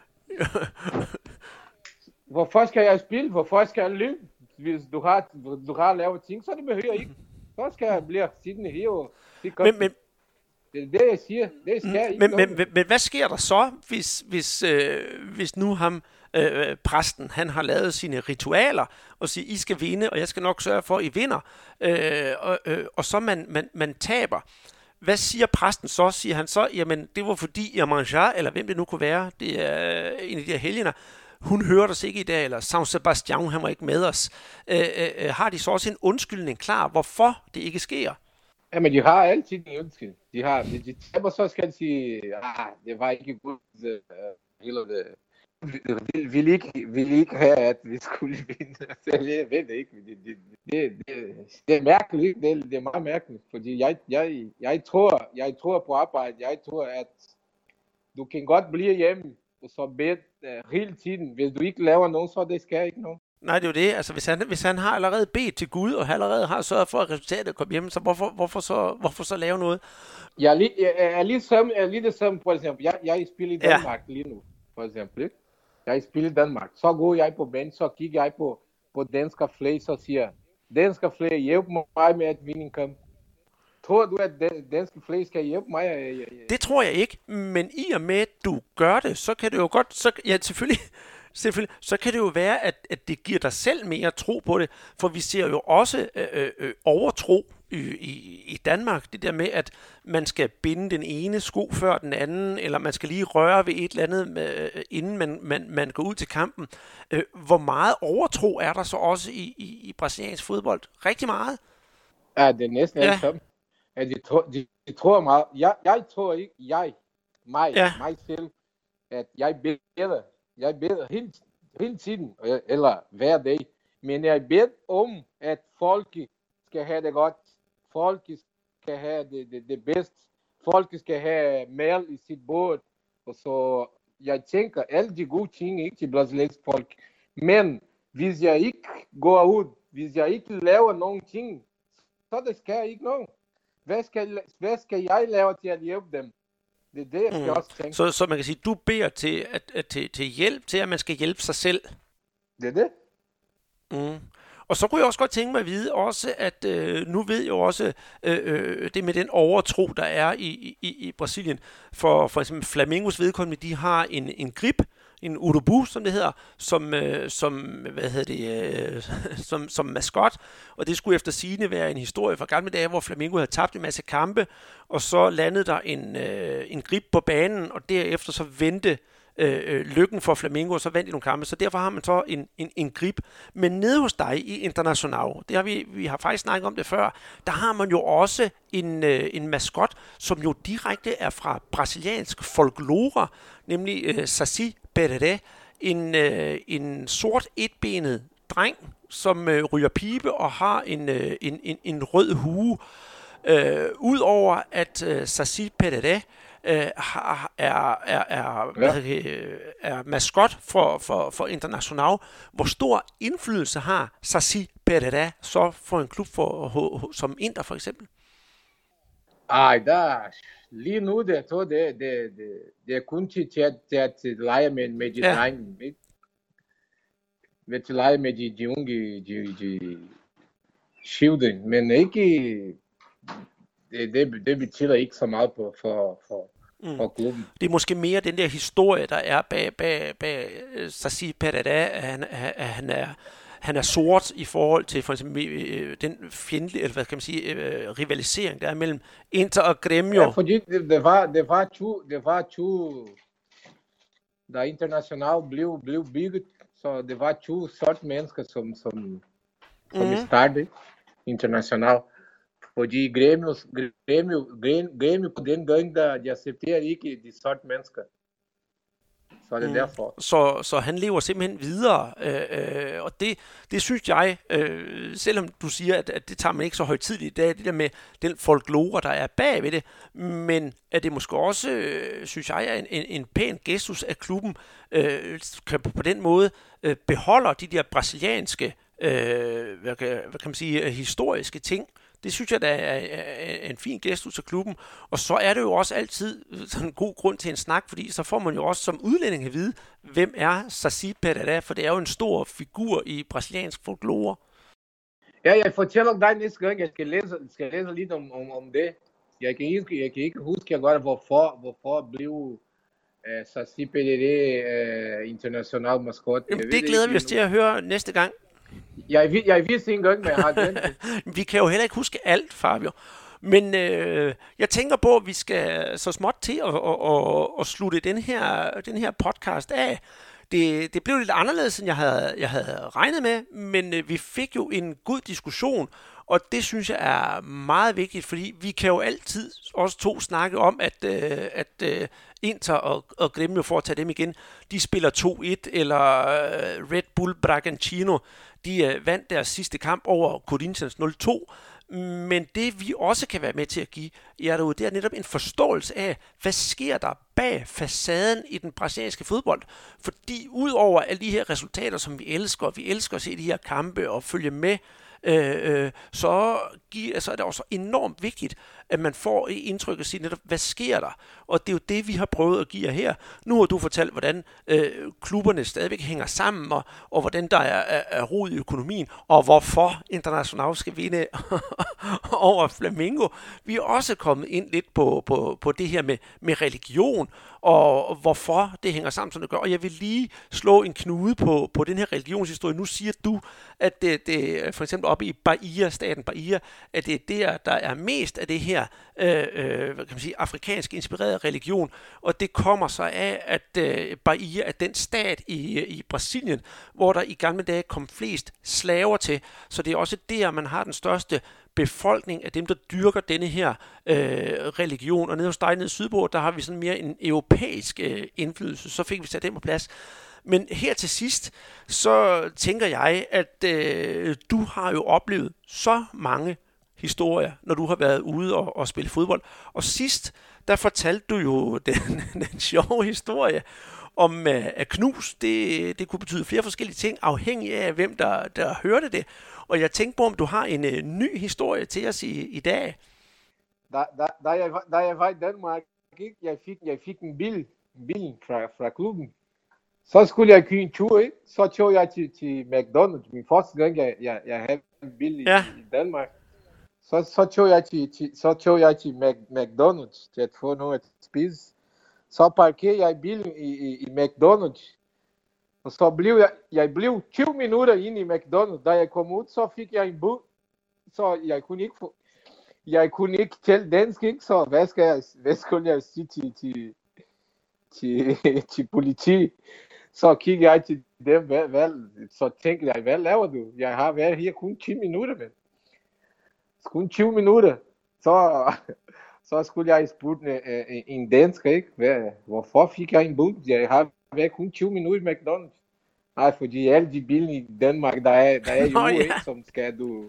Hvorfor skal jeg spille? Hvorfor skal jeg løbe? Hvis du har, du har lavet ting, så det behøver ikke. Så skal jeg blive siddende her og men, men, det er det, jeg siger. Det skal mm, ikke men, men, men, men hvad sker der så, hvis, hvis, øh, hvis nu ham, øh, præsten, han har lavet sine ritualer, og siger, I skal vinde, og jeg skal nok sørge for, at I vinder, øh, og, øh, og så man, man, man taber. Hvad siger præsten så? Siger han så, jamen det var fordi Iemanjá, eller hvem det nu kunne være, det er en af de her helgener, hun hørte os ikke i dag, eller San Sebastian, han var ikke med os. Øh, øh, har de så også en undskyldning klar, hvorfor det ikke sker? Jamen, de har altid en undskyldning. De har, de, de taber, så skal de sige, ah, det var ikke godt. Uh, det. Vi ville ikke, vil ikke have, at vi skulle vinde. Jeg ved det ikke. Det, det, det, det, det er mærkeligt. Det, det er meget mærkeligt, fordi jeg, jeg, jeg, tror, jeg tror på arbejde. Jeg tror, at du kan godt blive hjemme, og så bede uh, hele tiden. Hvis du ikke laver noget, så det skal ikke noget. Nej, det er jo det. Altså, hvis han, hvis han har allerede bedt til Gud, og allerede har sørget for, at resultatet kommer hjem, så hvorfor, hvorfor, så, hvorfor så lave noget? Jeg er lige, jeg er lige som, jeg er lige som, for eksempel, jeg, jeg spiller i Danmark ja. lige nu, for eksempel, ikke? Jeg spiller i Danmark. Så går jeg på banen, så kigger jeg på, på danske flag, så siger danske flag, hjælp mig med at vinde en kamp. Tror du, at danske flag skal hjælpe mig? Jeg, jeg, jeg. Det tror jeg ikke, men i og med, at du gør det, så kan det jo godt, så, ja, selvfølgelig, selvfølgelig, så kan det jo være, at, at det giver dig selv mere tro på det, for vi ser jo også øh, øh, overtro i, i, i Danmark, det der med, at man skal binde den ene sko før den anden, eller man skal lige røre ved et eller andet, med, inden man, man, man går ud til kampen. Øh, hvor meget overtro er der så også i, i, i brasiliansk fodbold? Rigtig meget? Ja, det er næsten ja. alt sammen. Ja, de, tror, de, de tror meget. Jeg, jeg tror ikke, jeg, mig, ja. mig selv, at jeg beder, jeg beder hele, hele tiden, eller hver dag, men jeg beder om, at folk skal have det godt, folk skal have det, det, det bedste, folk skal have mel i sit bord, og så jeg tænker alle de gode ting, ikke til brasiliansk folk, men hvis jeg ikke går ud, hvis jeg ikke laver nogen ting, så det skal ikke noget. Hvad skal, hvad skal jeg lave til at hjælpe dem? Det er det, jeg skal mm. også tænke. Så, så man kan sige, du beder til, at, at, til, til hjælp, til at man skal hjælpe sig selv. Det er det. Mm. Og så kunne jeg også godt tænke mig at vide også, at øh, nu ved jeg jo også øh, øh, det med den overtro, der er i, i, i Brasilien. For, for eksempel Flamingos vedkommende, de har en, en grip, en urubu, som det hedder, som, øh, som, hvad hedder det, øh, som, som maskot. Og det skulle efter sigende være en historie fra gamle dage, hvor Flamingo havde tabt en masse kampe, og så landede der en, øh, en grip på banen, og derefter så vendte øh, lykken for Flamingo, og så vandt de nogle kampe. Så derfor har man så en, en, en grip. Men nede hos dig i Internacional, det har vi, vi har faktisk snakket om det før, der har man jo også en, øh, en maskot, som jo direkte er fra brasiliansk folklore, nemlig øh, Saci Pereré, en, øh, en sort etbenet dreng, som øh, ryger pibe og har en, øh, en, en, en rød hue. Øh, Udover at øh, Saci Pereré øh, er, er, er, ja. er maskot for, for, for Internacional, hvor stor indflydelse har Saci Pereré så for en klub for, som Inter for eksempel? Ej, der lige nu, det, tror, det, det, det, det er kun til, til, at, til at lege med, med de ja. drenge, ikke? Ved at lege med de, de unge, de, de children, men ikke, det, det, det betyder ikke så meget på, for, for, mm. for klubben. Det er måske mere den der historie, der er bag, bag, bag Saci Pereré, at han, at han er Han er sort i forhold til for eksempel øh, den fjendtlige, eller hvad kan man sige, øh, rivalisering, der er mellem Inter og Grêmio. Ja, fordi det, det var det var to det var to da Internacional blev blev bygget, så det var to sorte mennesker som som som mm. startede Internacional. Fordi Grêmio Grêmio Grêmio på den gang der de accepterer ikke de sorte mennesker. Så er det mm. derfor. Så, så han lever simpelthen videre, øh, øh, og det, det synes jeg, øh, selvom du siger, at, at det tager man ikke så højtideligt, det er det der med den folklore, der er bag ved det, men er det måske også, øh, synes jeg, er en, en, en pæn gestus af klubben, øh, kan på den måde øh, beholder de der brasilianske, øh, hvad, kan, hvad kan man sige, historiske ting. Det synes jeg, der er en fin gestus af klubben. Og så er det jo også altid sådan en god grund til en snak, fordi så får man jo også som udlænding at vide, hvem er Saci Pereré, for det er jo en stor figur i brasiliansk folklore. Ja, jeg fortæller dig næste gang, jeg skal læse, skal læse lidt om, om, om det. Jeg kan ikke, jeg kan ikke huske godt, hvorfor, hvorfor blev uh, Saci Pereré uh, international maskot. Jamen, det glæder vi os til at høre næste gang. Jeg, jeg vidste ikke engang, men jeg har glemt det. Vi kan jo heller ikke huske alt, Fabio. Men øh, jeg tænker på, at vi skal så småt til at, at, at, at slutte den her, den her podcast af. Det, det blev lidt anderledes, end jeg havde, jeg havde regnet med, men øh, vi fik jo en god diskussion, og det synes jeg er meget vigtigt, fordi vi kan jo altid også to snakke om, at, øh, at øh, Inter og, og Grêmio, for at tage dem igen, de spiller to et, eller øh, Red Bull Bragantino, de øh, vandt deres sidste kamp over Corinthians nul to, men det vi også kan være med til at give jer derude, det er netop en forståelse af, hvad sker der bag facaden i den brasilianske fodbold. Fordi udover alle de her resultater, som vi elsker, vi elsker at se de her kampe og følge med, øh, øh, så, giver, så er det også enormt vigtigt, at man får indtryk af sig netop, hvad sker der? Og det er jo det, vi har prøvet at give jer her. Nu har du fortalt, hvordan øh, klubberne stadigvæk hænger sammen, og, og hvordan der er, er, er rod i økonomien, og hvorfor Internacional skal vinde over Flamengo. Vi er også kommet ind lidt på, på, på det her med, med religion, og hvorfor det hænger sammen, som det gør. Og jeg vil lige slå en knude på, på den her religionshistorie. Nu siger du, at det, det for eksempel oppe i Bahia, staten Bahia, at det er der, der er mest af det her øh, øh, hvad kan man sige, afrikansk inspireret religion, og det kommer så af, at øh, Bahia er den stat i, i Brasilien, hvor der i gamle dage kom flest slaver til, så det er også der, man har den største befolkning, af dem, der dyrker denne her øh, religion. Og nede hos dig nede sydpå, der har vi sådan mere en europæisk øh, indflydelse. Så fik vi sat den på plads. Men her til sidst, så tænker jeg, at øh, du har jo oplevet så mange historier, når du har været ude og, og spille fodbold. Og sidst, der fortalte du jo den, den sjove historie om uh, at knus. Det, det kunne betyde flere forskellige ting, afhængig af, hvem der, der hørte det. Og jeg tænkte på, om du har en uh, ny historie til os i, i dag. Da, da, da, jeg, da jeg var i Danmark, jeg fik, jeg fik en bil, en bil fra, fra klubben. Så skulle jeg køre en tur, ikke? Så tog jeg til, til McDonald's. Min første gang, jeg, jeg, jeg havde en bil i, ja. i Danmark. Så, så tog jeg til, til, så tog jeg til Mac, McDonald's til at få noget at spise. Så parkerede jeg bilen i, i, i McDonald's. Og så blev jeg, jeg blev tyve minutter inde i McDonald's. Da jeg kom ud, så fik jeg en bud. Så jeg kunne ikke få, jeg kunne ikke tale dansk, ikke? Så hvad skal jeg, hvad skulle jeg sige til, til, til, til politi? Så kiggede jeg til dem, hvad, hvad, så tænkte jeg, hvad laver du? Jeg har været her kun ti minutter, men kun tyve minutter. Så, så skulle jeg spørge en, en dansk, ikke? Hvad, hvorfor fik jeg en bud? Jeg har været kun tyve minutter i McDonald's. Nej, fordi alle de biler i Danmark, der er, der er jo oh, ja. ikke, som skal du...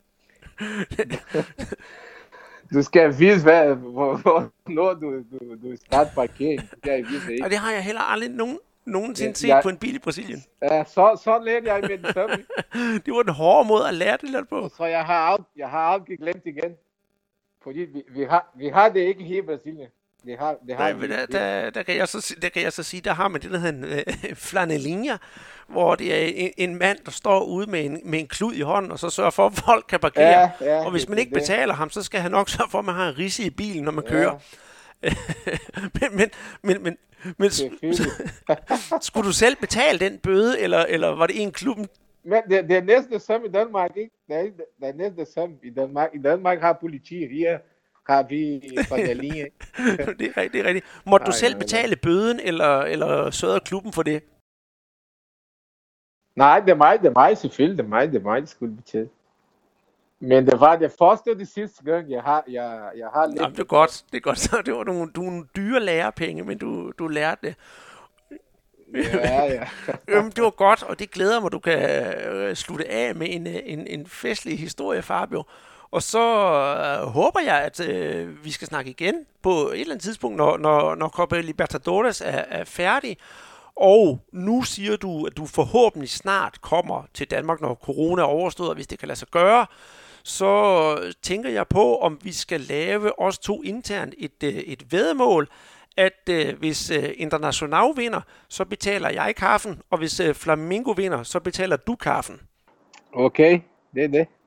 Du skal vise, hvad, hvor, hvor, når du, du, du starter parkering. Det, og det har jeg heller aldrig nogen, nogensinde set jeg, på en bil i Brasilien. Ja, så, så lærte jeg med det samme. Det var den hårde måde at lære det lidt på. Så jeg har alt, jeg har aldrig glemt igen. Fordi vi, vi, har, vi har det ikke her i Brasilien. Det har, det har der, der, der, der, kan jeg så, der kan jeg så sige, der har man det, der hedder en øh, flanelinja, hvor det er en, en mand, der står ude med en, med en klud i hånden, og så sørger for, at folk kan parkere. Ja, ja, og hvis det, man ikke det. betaler ham, så skal han nok sørge for, at man har en risse i bilen, når man ja. kører. men, men, men, men, men skulle du selv betale den bøde, eller, eller var det en klubben? Men det, det er næsten det samme i Danmark, ikke? Det er, det er næsten det samme i Danmark. I Danmark har politi, her har vi flanelinje. Det er rigtigt, det er rigtigt. Måtte du selv betale bøden, eller, eller sørgede klubben for det? Nej, det er mig, det er mig selvfølgelig, det er mig, det er mig, der skulle betale. Men det var det første og det sidste gang, jeg har, jeg, jeg har lidt... Jamen, det er godt, det er godt. Så det var nogle, nogle dyre lærepenge, men du, du lærte det. Ja, ja. Øhm, det var godt, og det glæder mig, du kan øh, slutte af med en, en, en festlig historie, Fabio. Og så øh, håber jeg, at øh, vi skal snakke igen på et eller andet tidspunkt, når, når, når Copa Libertadores er, er færdig. Og nu siger du, at du forhåbentlig snart kommer til Danmark, når corona er overstået, og hvis det kan lade sig gøre, så tænker jeg på, om vi skal lave os to internt et, et væddemål, at øh, hvis øh, Internacional vinder, så betaler jeg kaffen, og hvis øh, Flamengo vinder, så betaler du kaffen. Okay, det er det.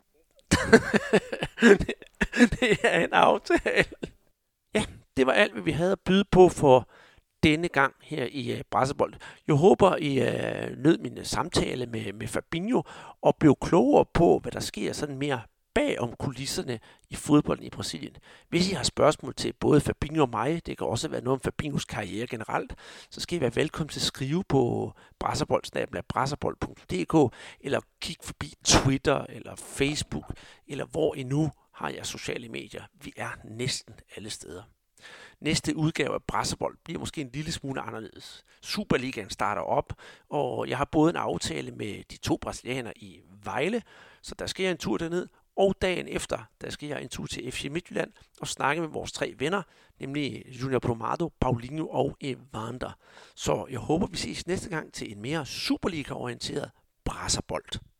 det, det er en aftale. Ja, det var alt, hvad vi havde at byde på for denne gang her i uh, Brassebold. Jeg håber, I uh, nød min samtale med, med Fabinho og blev klogere på, hvad der sker sådan mere bag om kulisserne i fodbolden i Brasilien. Hvis I har spørgsmål til både Fabinho og mig, det kan også være noget om Fabinhos karriere generelt, så skal I være velkommen til at skrive på brasserbold snabel-a brasserbold punktum d k eller kig forbi Twitter eller Facebook, eller hvor I nu har jeres sociale medier. Vi er næsten alle steder. Næste udgave af Brassebold bliver måske en lille smule anderledes. Superligaen starter op, og jeg har både en aftale med de to brasilianere i Vejle, så der skal jeg en tur derned, og dagen efter, der skal jeg en tur til F C Midtjylland og snakke med vores tre venner, nemlig Junior Brumado, Paulinho og Evander. Så jeg håber, vi ses næste gang til en mere Superliga-orienteret Brassebold.